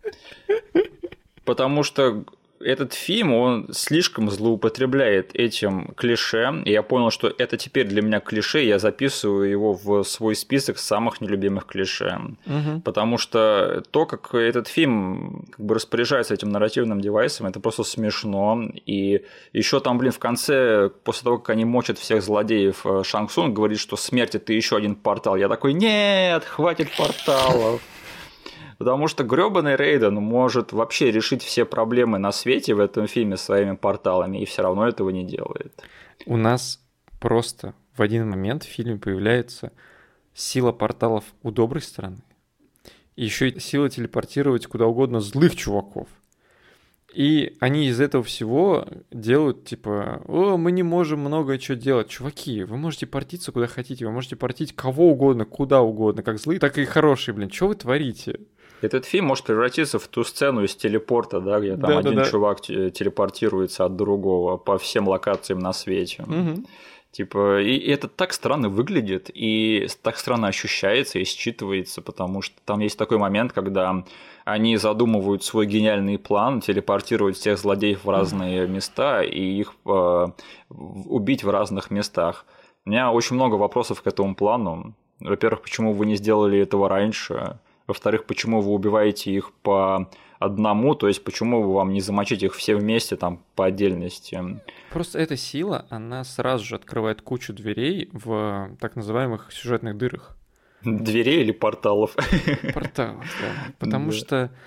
Потому что этот фильм, он слишком злоупотребляет этим клише, и я понял, что это теперь для меня клише, и я записываю его в свой список самых нелюбимых клише. Потому что то, как этот фильм распоряжается этим нарративным девайсом, это просто смешно. И еще там, в конце, после того, как они мочат всех злодеев, Шанг Цунг говорит, что смерть – это еще один портал. Я такой, нет, хватит порталов. Потому что грёбаный Рейден может вообще решить все проблемы на свете в этом фильме своими порталами, и все равно этого не делает. У нас просто в один момент в фильме появляется сила порталов у доброй стороны, и еще и сила телепортировать куда угодно злых чуваков. И они из этого всего делают, типа, мы не можем много чего делать. Чуваки, вы можете портиться куда хотите, вы можете портить кого угодно, куда угодно, как злые, так и хорошие, что вы творите? Этот фильм может превратиться в ту сцену из телепорта, да, где там один чувак телепортируется от другого по всем локациям на свете. Типа, и это так странно выглядит, и так странно ощущается и считывается, потому что там есть такой момент, когда они задумывают свой гениальный план телепортировать всех злодеев в разные места и их убить в разных местах. У меня очень много вопросов к этому плану. Во-первых, почему вы не сделали этого раньше? Во-вторых, почему вы убиваете их по одному, то есть почему вы вам не замочить их все вместе там по отдельности? Просто эта сила, она сразу же открывает кучу дверей в так называемых сюжетных дырах. Дверей или порталов? Порталов, да. Потому что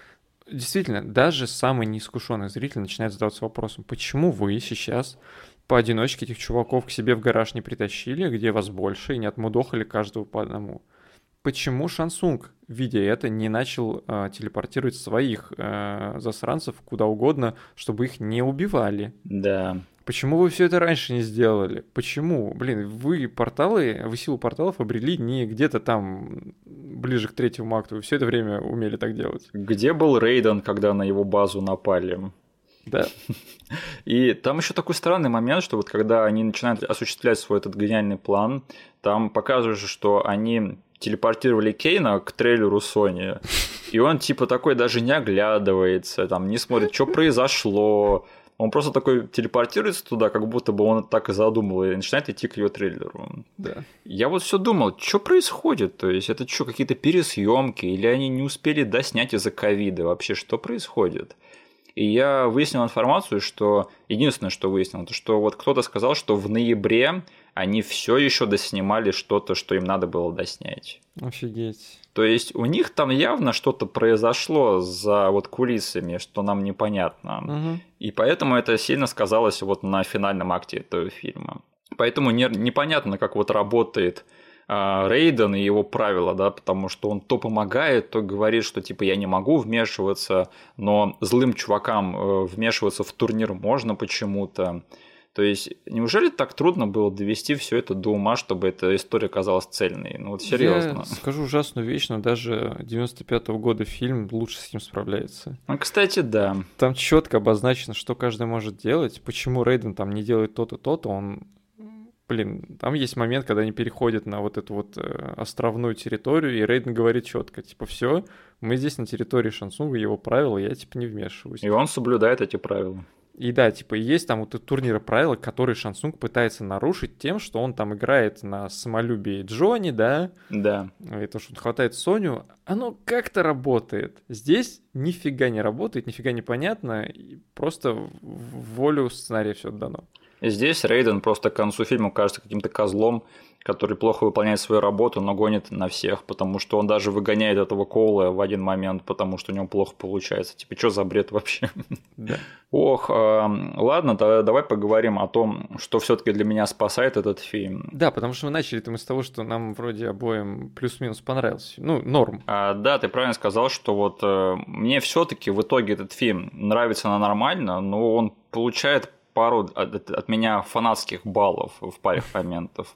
действительно, даже самый неискушенный зритель начинает задаваться вопросом, почему вы сейчас поодиночке этих чуваков к себе в гараж не притащили, где вас больше, и не отмудохали каждого по одному? Почему Шансунг, видя это, не начал телепортировать своих засранцев куда угодно, чтобы их не убивали? Да. Почему вы все это раньше не сделали? Почему? Блин, вы силу порталов обрели не где-то там ближе к третьему акту, вы все это время умели так делать. Где был Рейден, когда на его базу напали? Да. И там еще такой странный момент, что вот когда они начинают осуществлять свой этот гениальный план, там показывается, что они телепортировали Кейна к трейлеру Sony, и он типа такой даже не оглядывается, там не смотрит, что произошло. Он просто такой телепортируется туда, как будто бы он так и задумал, и начинает идти к ее трейлеру. Да. Я вот все думал, что происходит? То есть это что, какие-то пересъемки, или они не успели доснять из-за ковида? Вообще, что происходит? И я выяснил информацию, что единственное, что выяснил, это что вот кто-то сказал, что в ноябре они все еще доснимали что-то, что им надо было доснять. Офигеть. То есть у них там явно что-то произошло за вот кулисами, что нам непонятно. Угу. И поэтому это сильно сказалось вот на финальном акте этого фильма. Поэтому непонятно, как вот работает Рейден и его правила, да, потому что он то помогает, то говорит, что типа я не могу вмешиваться, но злым чувакам вмешиваться в турнир можно почему-то. То есть, неужели так трудно было довести все это до ума, чтобы эта история казалась цельной? Ну вот серьезно. Я скажу ужасную вещь, но даже 95-го года фильм лучше с ним справляется. Ну, кстати, да. Там четко обозначено, что каждый может делать, почему Рейден там не делает то-то, то-то, он... Блин, там есть момент, когда они переходят на вот эту вот островную территорию, и Рейден говорит четко, типа, все, мы здесь на территории Шансунга, его правила, я типа не вмешиваюсь. И он соблюдает эти правила. И да, типа, есть там вот турниры правила, которые Шансунг пытается нарушить тем, что он там играет на самолюбии Джонни, да? Да. И то, что он хватает Соню, оно как-то работает. Здесь нифига не работает, нифига не понятно, и просто в волю сценария все дано. И здесь Рейден просто к концу фильма кажется каким-то козлом, который плохо выполняет свою работу, но гонит на всех, потому что он даже выгоняет этого Коула в один момент, потому что у него плохо получается. Типа, что за бред вообще? Да. Ох, ладно, давай поговорим о том, что все-таки для меня спасает этот фильм. Да, потому что мы начали с того, что нам вроде обоим плюс-минус понравился. Ну, норм. Да, ты правильно сказал, что вот мне все-таки в итоге этот фильм нравится нормально, но он получает пару от меня фанатских баллов в паре моментов.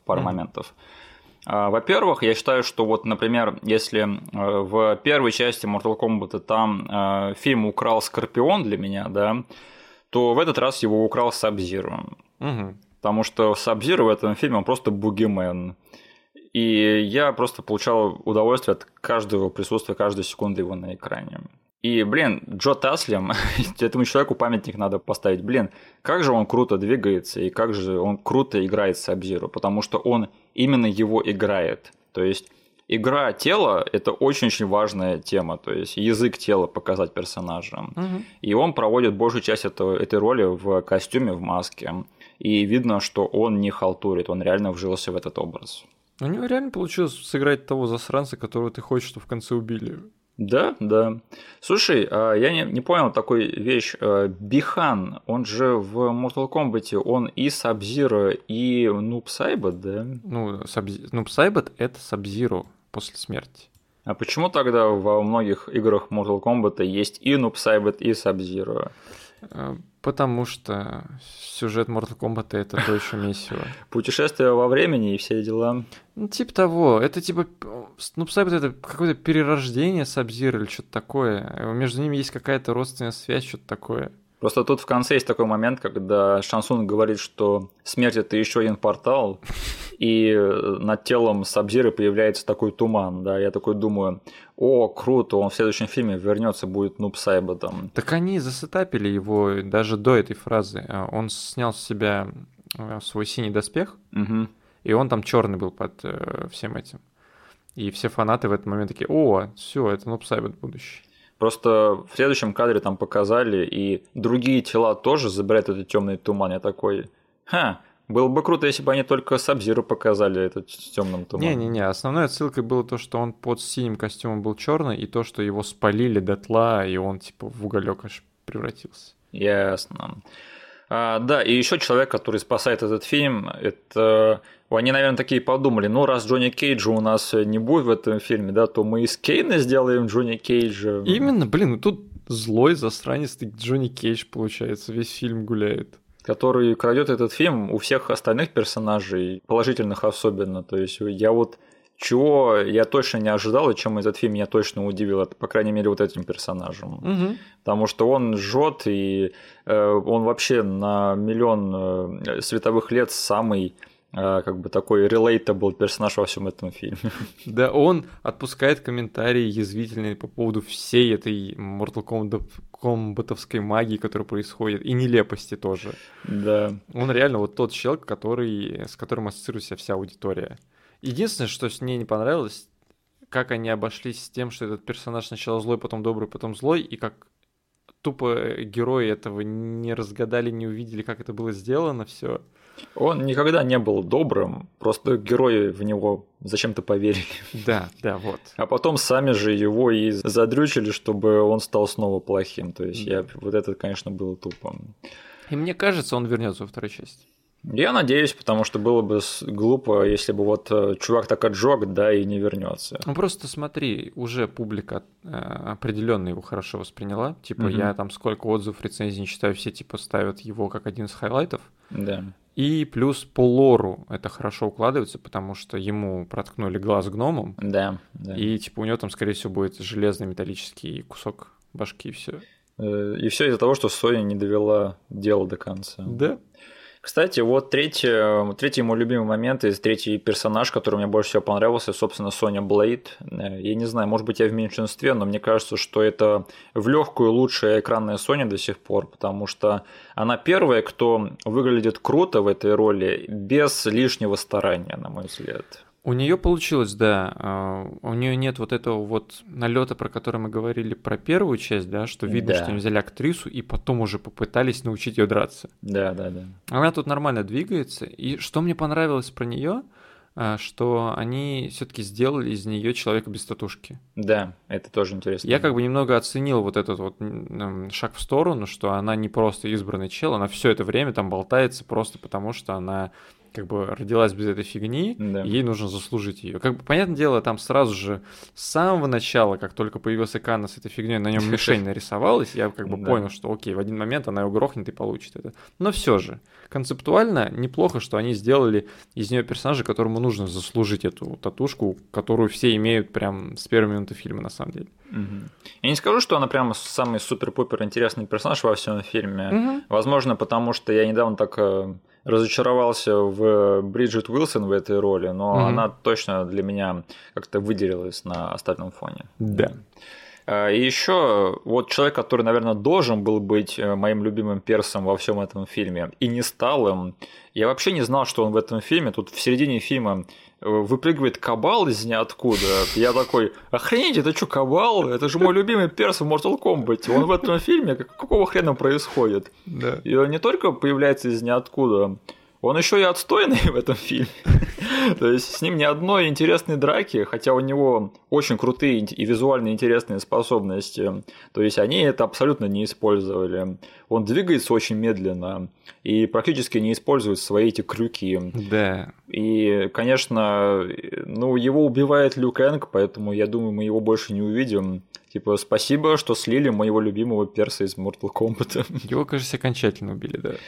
Во-первых, я считаю, что вот, например, если в первой части Mortal Kombat там фильм украл Скорпион для меня, да, то в этот раз его украл Саб-Зиро. Угу. Потому что Саб-Зиро в этом фильме он просто бугимен. И я просто получал удовольствие от каждого присутствия, каждой секунды его на экране. И, блин, Джо Таслим, этому человеку памятник надо поставить. Блин, как же он круто двигается и как же он круто играет Саб-Зиро, потому что он именно его играет. То есть игра тела – это очень-очень важная тема, то есть язык тела показать персонажа. Угу. И он проводит большую часть этой роли в костюме, в маске. И видно, что он не халтурит, он реально вжился в этот образ. У него реально получилось сыграть того засранца, которого ты хочешь, чтобы в конце убили. Да, да. Слушай, я не понял такой вещь. Бихан, он же в Mortal Kombat, он и Sub-Zero, и Noob Saibot, да? Ну, Noob Saibot — это Sub-Zero после смерти. А почему тогда во многих играх Mortal Kombat есть и Noob Saibot, и Sub-Zero? Потому что сюжет Mortal Kombat — это то еще месиво. Путешествие во времени и все дела. Ну, типа того. Это типа... Noob Saibot — это какое-то перерождение Sub-Zero или что-то такое. Между ними есть какая-то родственная связь, что-то такое. Просто тут в конце есть такой момент, когда Шансунг говорит, что смерть – это еще один портал, и над телом Саб-Зиро появляется такой туман, да, я такой думаю, о, круто, он в следующем фильме вернется, будет Noob Saibot. Так они засетапили его даже до этой фразы. Он снял с себя свой синий доспех, угу. И он там черный был под всем этим. И все фанаты в этот момент такие, о, все, это Noob Saibot будущий. Просто в следующем кадре там показали, и другие тела тоже забирают этот темный туман. Я такой, Было бы круто, если бы они только Саб-Зиро показали этот с темным туманом. Не-не-не, основной отсылкой было то, что он под синим костюмом был черный, и то, что его спалили дотла, и он типа в уголек аж превратился. Ясно. Да, и еще человек, который спасает этот фильм, это... Они, наверное, такие подумали, ну, раз Джонни Кейджа у нас не будет в этом фильме, да, то мы из Кейна сделаем Джонни Кейджа. Именно, ну тут злой засранец Джонни Кейдж, получается, весь фильм гуляет. Который крадет этот фильм у всех остальных персонажей, положительных особенно. То есть я вот чего я точно не ожидал, и чем этот фильм меня точно удивил, это, по крайней мере, вот этим персонажем. Угу. Потому что он жжет, и он вообще на миллион световых лет самый как бы такой relatable персонаж во всем этом фильме. Да, он отпускает комментарии язвительные по поводу всей этой Mortal Kombat'овской магии, которая происходит, и нелепости тоже. Да. Он реально вот тот человек, с которым ассоциируется вся аудитория. Единственное, что с ней не понравилось, как они обошлись с тем, что этот персонаж сначала злой, потом добрый, потом злой, и как тупо герои этого не разгадали, не увидели, как это было сделано все. Он никогда не был добрым, просто герои в него зачем-то поверили. Да, вот. А потом сами же его и задрючили, чтобы он стал снова плохим. То есть вот это, конечно, было тупо. И мне кажется, он вернется во второй части. Я надеюсь, потому что было бы глупо, если бы вот чувак так отжег, да, и не вернется. Ну просто смотри, уже публика определенно его хорошо восприняла. Типа я там сколько отзывов, рецензий не читаю, все типа ставят его как один из хайлайтов. Да. И плюс по лору это хорошо укладывается, потому что ему проткнули глаз гномом. Да. И типа у него там, скорее всего, будет железный металлический кусок башки, и все. И все из-за того, что Sony не довела дело до конца. Да. Кстати, вот третий мой любимый момент и третий персонаж, который мне больше всего понравился, собственно, Соня Блейд. Я не знаю, может быть, я в меньшинстве, но мне кажется, что это в легкую лучшая экранная Соня до сих пор, потому что она первая, кто выглядит круто в этой роли, без лишнего старания, на мой взгляд. У нее получилось, да. У нее нет вот этого вот налета, про который мы говорили про первую часть, да, что видно, что они взяли актрису и потом уже попытались научить ее драться. Да. Она тут нормально двигается. И что мне понравилось про нее, что они все-таки сделали из нее человека без татушки. Да, это тоже интересно. Я как бы немного оценил вот этот вот шаг в сторону, что она не просто избранный чел, она все это время там болтается просто потому, что она как бы родилась без этой фигни, да. Ей нужно заслужить ее. Как бы, понятное дело, там сразу же с самого начала, как только появился Канна с этой фигней, на нем мишень нарисовалась, я как бы понял, что окей, в один момент она его грохнет и получит это. Но все же, концептуально неплохо, что они сделали из нее персонажа, которому нужно заслужить эту татушку, которую все имеют прям с первой минуты фильма, на самом деле. Я не скажу, что она прям самый супер-пупер интересный персонаж во всем фильме. Возможно, потому что я недавно так разочаровался в Бриджит Уилсон в этой роли, но она точно для меня как-то выделилась на остальном фоне. Да. И еще вот человек, который, наверное, должен был быть моим любимым персом во всем этом фильме, и не стал им. Я вообще не знал, что он в этом фильме. Тут в середине фильма выпрыгивает Кабал из ниоткуда. Я такой, охренеть, это что, Кабал? Это же мой любимый перс в Mortal Kombat. Он в этом фильме, какого хрена происходит? Да. И он не только появляется из ниоткуда, он еще и отстойный в этом фильме. То есть с ним ни одной интересной драки, хотя у него очень крутые и визуально интересные способности. То есть они это абсолютно не использовали. Он двигается очень медленно и практически не использует свои эти крюки. Да. И, конечно, его убивает Лю Кэнг, поэтому я думаю, мы его больше не увидим. Типа, спасибо, что слили моего любимого перса из Mortal Kombat. Его, кажется, окончательно убили, да.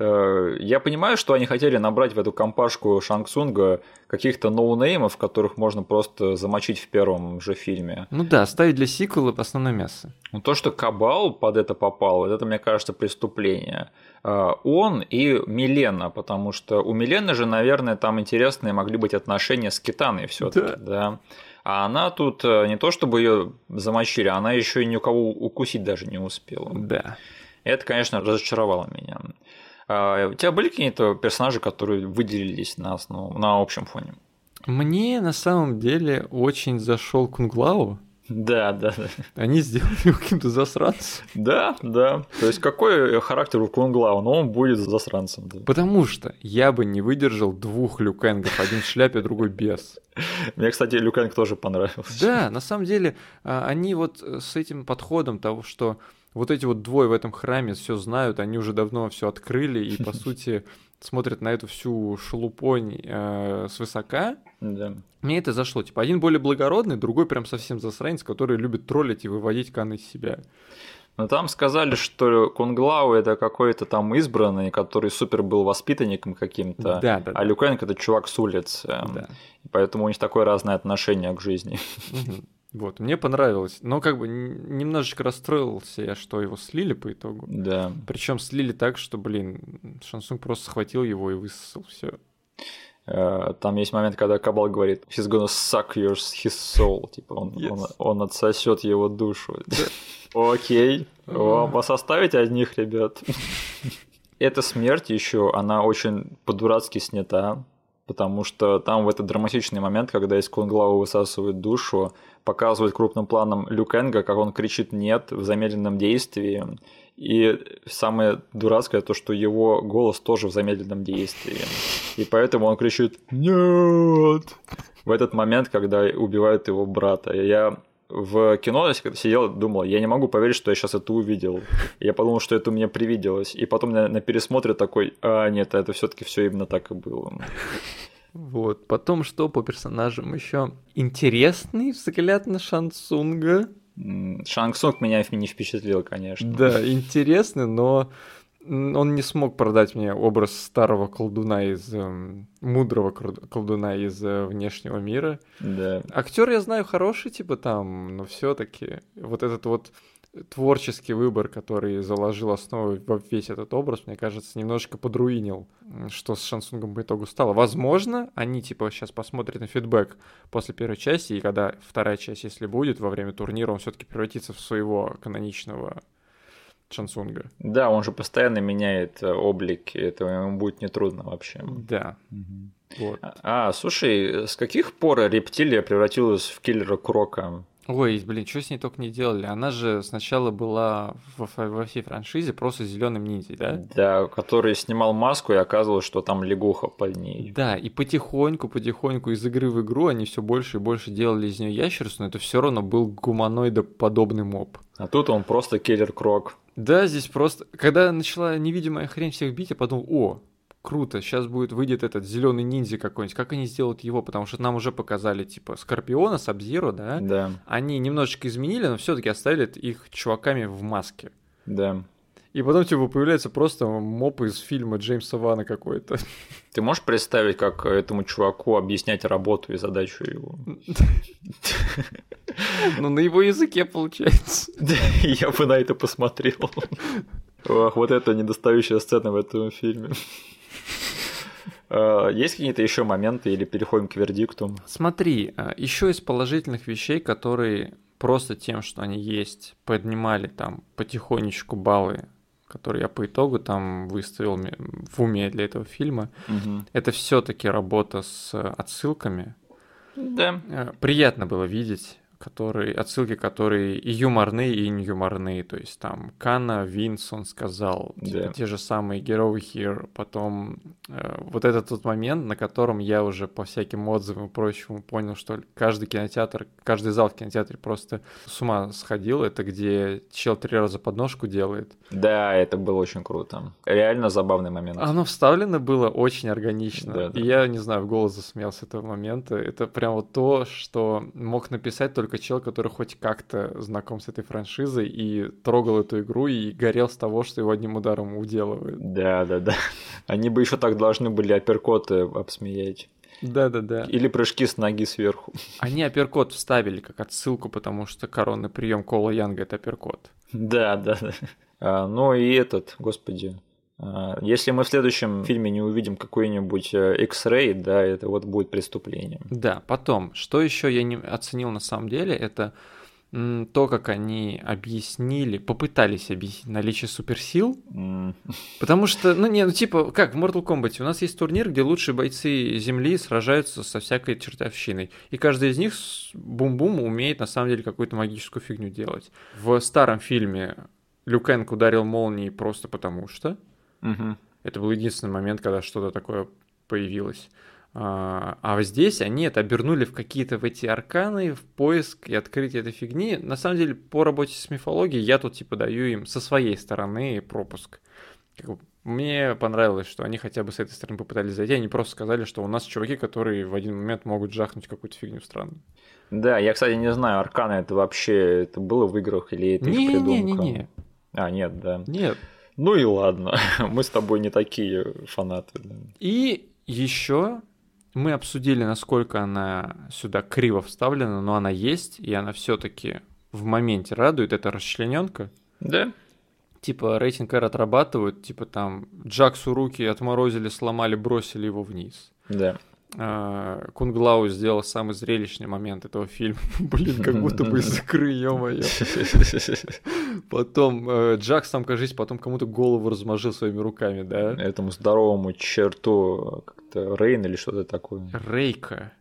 Я понимаю, что они хотели набрать в эту компашку Шанг Цунга каких-то ноунеймов, которых можно просто замочить в первом же фильме. Ну да, оставить для сиквела основное мясо. Но то, что Кабал под это попал, это, мне кажется, преступление. Он и Милена, потому что у Милены же, наверное, там интересные могли быть отношения с Китаной все-таки, да. А она тут не то чтобы ее замочили, она еще и никого укусить даже не успела. Да. Это, конечно, разочаровало меня. У тебя были какие-то персонажи, которые выделились на общем фоне? Мне на самом деле очень зашел Кунг Лао. Да, да, да. Они сделали его каким-то засранцем. Да, да. То есть какой характер у Кунг Лао? Но он будет засранцем. Да. Потому что я бы не выдержал двух Лю Кэнгов, один в шляпе, другой без. Мне, кстати, Лю Кэнг тоже понравился. Да, на самом деле, они вот с этим подходом того, что вот эти вот двое в этом храме все знают, они уже давно все открыли и, по сути, смотрят на эту всю шелупонь свысока. Да. Мне это зашло. Типа, один более благородный, другой прям совсем засранец, который любит троллить и выводить Кан из себя. Но там сказали, что Кунг Лао это какой-то там избранный, который супер был воспитанником каким-то, да, а Лю Кэнг это чувак с улицы. Да. Поэтому у них такое разное отношение к жизни. Вот, мне понравилось. Но как бы немножечко расстроился я, что его слили по итогу. Да. Причем слили так, что, Шан Цунг просто схватил его и высосал все. Там есть момент, когда Кабал говорит «He's gonna suck his soul», типа он отсосет его душу. Окей, вас оставить одних, ребят? Эта смерть еще, она очень по-дурацки снята, потому что там в этот драматичный момент, когда из Кунг Лао высасывает душу, показывают крупным планом Лю Кэнга, как он кричит «нет» в замедленном действии. И самое дурацкое то, что его голос тоже в замедленном действии. И поэтому он кричит «нет» в этот момент, когда убивают его брата. Я в кино сидел, думал, я не могу поверить, что я сейчас это увидел. Я подумал, что это мне привиделось. И потом на пересмотре такой, нет, это все-таки все именно так и было. Вот. Потом что по персонажам еще? Интересный взгляд на Шан Цунга. Шан Цунг меня не впечатлил, конечно. Да, интересный, но он не смог продать мне образ старого колдуна мудрого колдуна из внешнего мира. Да. Актер я знаю хороший, типа там, но все-таки вот этот вот творческий выбор, который заложил основу во весь этот образ, мне кажется, немножечко подруинил, что с Шан Цунгом по итогу стало. Возможно, они типа сейчас посмотрят на фидбэк после первой части, и когда вторая часть, если будет, во время турнира, он все-таки превратится в своего каноничного Шан Цунга. Да, он же постоянно меняет облик, и это ему будет нетрудно вообще. Да. Вот. Слушай, с каких пор рептилия превратилась в киллера Крока? Ой, что с ней только не делали. Она же сначала была во всей франшизе просто зеленым ниндзей, да? Да, который снимал маску, и оказывалось, что там лягуха под ней. Да, и потихоньку из игры в игру они все больше и больше делали из нее ящерицу, но это все равно был гуманоидоподобный моб. А тут он просто киллер Крок. Да, здесь просто... Когда начала невидимая хрень всех бить, я подумал, круто, сейчас выйдет этот зеленый ниндзя какой-нибудь. Как они сделают его? Потому что нам уже показали, типа, Скорпиона, Сабзиро, да? Да. Они немножечко изменили, но все-таки оставили их чуваками в маске. Да. И потом, типа, появляется просто моп из фильма Джеймса Вана какой-то. Ты можешь представить, как этому чуваку объяснять работу и задачу его? Ну, на его языке, получается. Я бы на это посмотрел. Ох, вот это недостающая сцена в этом фильме. Есть какие-то еще моменты или переходим к вердикту? Смотри, еще из положительных вещей, которые просто тем, что они есть, поднимали там потихонечку баллы, которые я по итогу там выставил в уме для этого фильма, это все-таки работа с отсылками. Да. Приятно было видеть отсылки, которые и юморные, и не юморные. То есть там Канна, Винс, он сказал, типа, те же самые Get Over Here. Потом вот этот тот момент, на котором я уже по всяким отзывам и прочему понял, что каждый зал в кинотеатре просто с ума сходил. Это где чел 3 раза подножку делает. Да, это было очень круто. Реально забавный момент. Оно вставлено было очень органично. Да. И я, не знаю, в голос засмеялся этого момента. Это прям вот то, что мог написать только человек, который хоть как-то знаком с этой франшизой и трогал эту игру и горел с того, что его одним ударом уделывают. Да. Они бы еще так должны были апперкоты обсмеять. Да. Или прыжки с ноги сверху. Они апперкот вставили как отсылку, потому что коронный прием Кола Янга — это апперкот. Да. Ну и господи. Если мы в следующем фильме не увидим какой-нибудь X-Ray, да, это вот будет преступлением. Да, потом, что еще я не оценил на самом деле, это то, как они попытались объяснить наличие суперсил, потому что, как в Mortal Kombat у нас есть турнир, где лучшие бойцы Земли сражаются со всякой чертовщиной, и каждый из них бум-бум умеет на самом деле какую-то магическую фигню делать. В старом фильме Лю Кэнг ударил молнией просто потому что. Это был единственный момент, когда что-то такое появилось. А здесь они это обернули в эти арканы, в поиск и открытие этой фигни. На самом деле, по работе с мифологией я тут даю им со своей стороны пропуск. Мне понравилось, что они хотя бы с этой стороны попытались зайти. Они просто сказали, что у нас чуваки, которые в один момент могут жахнуть какую-то фигню странную. Да, я, кстати, не знаю, арканы это было в играх или это их придумка? Не. Нет, да. Нет. Ну и ладно, мы с тобой не такие фанаты. Да. И еще мы обсудили, насколько она сюда криво вставлена, но она есть, и она все-таки в моменте радует. Это расчлененка. Да. Рейтинг R отрабатывают, там Джаксу руки отморозили, сломали, бросили его вниз. Да. Кунг Лау сделал самый зрелищный момент этого фильма. Блин, как будто бы из игры, ё-моё. Потом Джакс там, кажется, потом кому-то голову размажил своими руками, да? Этому здоровому черту, как-то Рейн или что-то такое. Рейка.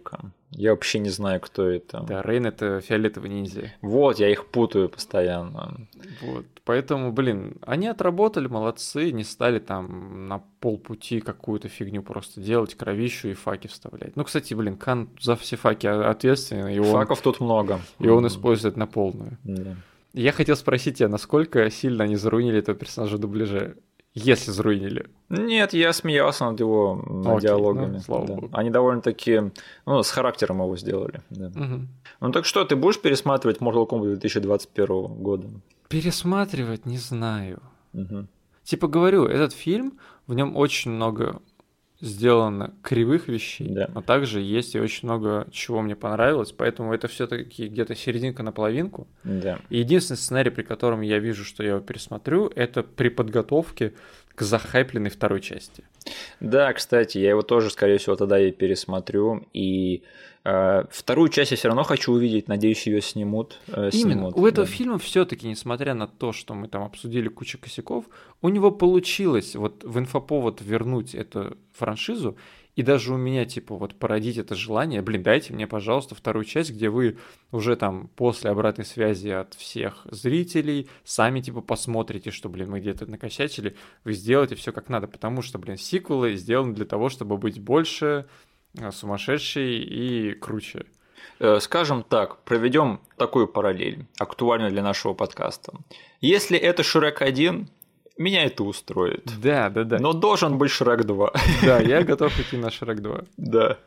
Я вообще не знаю, кто это. Да, Рейн — это фиолетовый ниндзя. Вот, я их путаю постоянно. Вот, поэтому, они отработали, молодцы, не стали там на полпути какую-то фигню просто делать, кровищу и факи вставлять. Кстати, Кан за все факи ответственен. Факов тут много. И он использует на полную. Да. Я хотел спросить тебя, насколько сильно они заруинили этого персонажа в дубляже? Если заруинили. Нет, я смеялся над его диалогами. Слава богу. Они довольно-таки с характером его сделали. Да. Угу. Так что, ты будешь пересматривать Mortal Kombat 2021 года? Пересматривать не знаю. Угу. Говорю, этот фильм, в нем очень много сделано кривых вещей, да. но также есть и очень много чего мне понравилось, поэтому это все-таки где-то серединка на половинку. Да. И единственный сценарий, при котором я вижу, что я его пересмотрю, это при подготовке к захайпленной второй части. Да, кстати, я его тоже, скорее всего, тогда и пересмотрю. И вторую часть я все равно хочу увидеть. Надеюсь, ее снимут. Именно. У этого фильма все-таки, несмотря на то, что мы там обсудили кучу косяков, у него получилось в инфоповод вернуть эту франшизу. И даже у меня, породить это желание, дайте мне, пожалуйста, вторую часть, где вы уже там после обратной связи от всех зрителей сами, посмотрите, что, мы где-то накосячили, вы сделаете все как надо, потому что, сиквелы сделаны для того, чтобы быть больше, сумасшедшей и круче. Скажем так, проведем такую параллель, актуальную для нашего подкаста. Если это Шрек 1, меня это устроит. Да. Но должен быть Шрек 2. Да, я готов идти на Шрек 2. Да.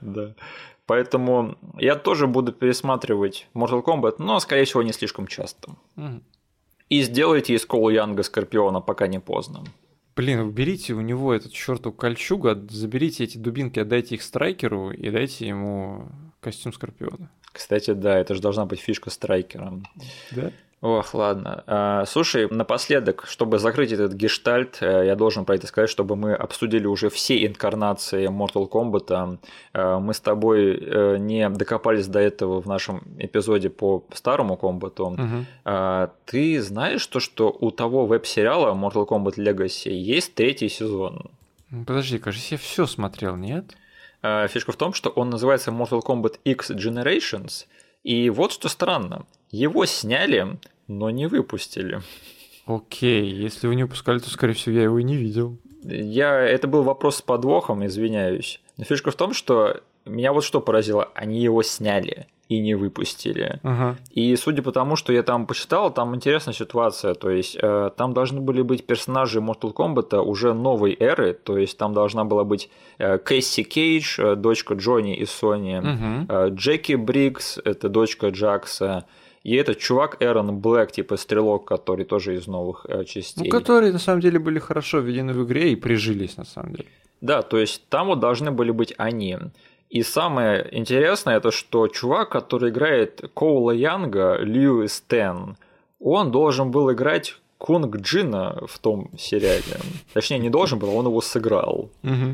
Поэтому я тоже буду пересматривать Mortal Kombat, но, скорее всего, не слишком часто. Угу. И сделайте из Коула Янга Скорпиона, пока не поздно. Уберите у него этот чертов кольчугу, заберите эти дубинки, отдайте их Страйкеру и дайте ему костюм Скорпиона. Кстати, да, это же должна быть фишка Страйкера. Да? Ох, ладно. Слушай, напоследок, чтобы закрыть этот гештальт, я должен про это сказать, чтобы мы обсудили уже все инкарнации Mortal Kombat. Мы с тобой не докопались до этого в нашем эпизоде по старому комбату. Угу. Ты знаешь, что у того веб-сериала Mortal Kombat Legacy есть 3-й сезон? Подожди, кажется, я все смотрел, нет? Фишка в том, что он называется Mortal Kombat X Generations. И вот что странно, его сняли, но не выпустили. Окей, если вы не выпускали, то, скорее всего, я его и не видел. Это был вопрос с подвохом, извиняюсь. Но фишка в том, что меня вот что поразило, они его сняли и не выпустили. Ага. И судя по тому, что я там почитал, там интересная ситуация. То есть там должны были быть персонажи Mortal Kombat уже новой эры. То есть там должна была быть Кэсси Кейдж, дочка Джонни и Сони, Джеки Бриггс, это дочка Джакса. И этот чувак Эрон Блэк, стрелок, который тоже из новых частей. Которые на самом деле были хорошо введены в игре и прижились на самом деле. Да, то есть там вот должны были быть они. И самое интересное, это что чувак, который играет Коула Янга, Льюис Тен, он должен был играть Кунг Джина в том сериале. Точнее, не должен был, он его сыграл. Угу.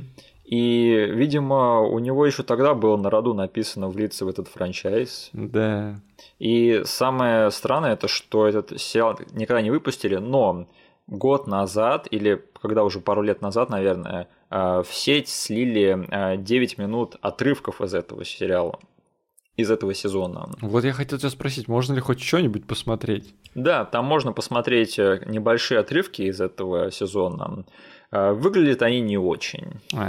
И, видимо, у него еще тогда было на роду написано влиться в этот франчайз. Да. И самое странное, это что этот сериал никогда не выпустили, но год назад, или когда уже пару лет назад, наверное, в сеть слили 9 минут отрывков из этого сериала, из этого сезона. Вот я хотел тебя спросить, можно ли хоть что-нибудь посмотреть? Да, там можно посмотреть небольшие отрывки из этого сезона. Выглядят они не очень.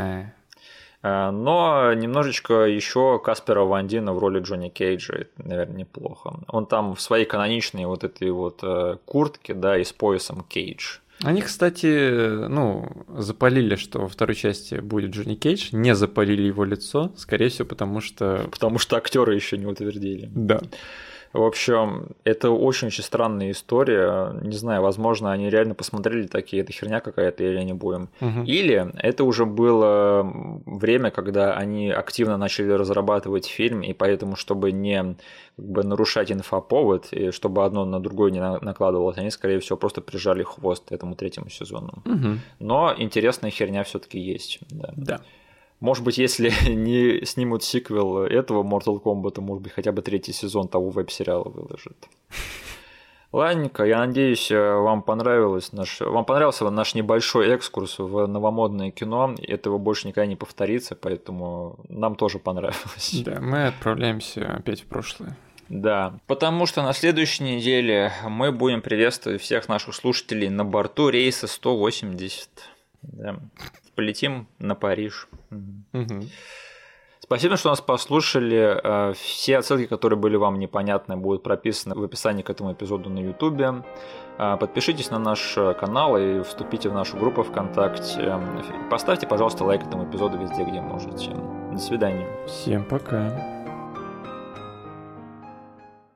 Но немножечко еще Каспера Ван Дина в роли Джонни Кейджа, это, наверное, неплохо. Он там в своей каноничной вот этой вот куртке, да, и с поясом Кейдж. Они, кстати, запалили, что во второй части будет Джонни Кейдж, не запалили его лицо, скорее всего, потому что актеры еще не утвердили. Да. В общем, это очень-очень странная история. Не знаю, возможно, они реально посмотрели такие, это херня какая-то, или не будем. Или это уже было время, когда они активно начали разрабатывать фильм, и поэтому, чтобы не нарушать инфоповод, и чтобы одно на другое не накладывалось, они, скорее всего, просто прижали хвост этому третьему сезону. Но интересная херня все-таки есть. Да. Может быть, если не снимут сиквел этого Mortal Kombat, может быть, хотя бы третий сезон того веб-сериала выложат. Ладненько, я надеюсь, вам понравился наш небольшой экскурс в новомодное кино. Этого больше никогда не повторится, поэтому нам тоже понравилось. Да, мы отправляемся опять в прошлое. Да, потому что на следующей неделе мы будем приветствовать всех наших слушателей на борту рейса 180. Да. Полетим на Париж. Спасибо, что нас послушали. Все отсылки, которые были вам непонятны, будут прописаны в описании к этому эпизоду на YouTube. Подпишитесь на наш канал и вступите в нашу группу ВКонтакте. Поставьте, пожалуйста, лайк этому эпизоду везде, где можете. До свидания. Всем пока.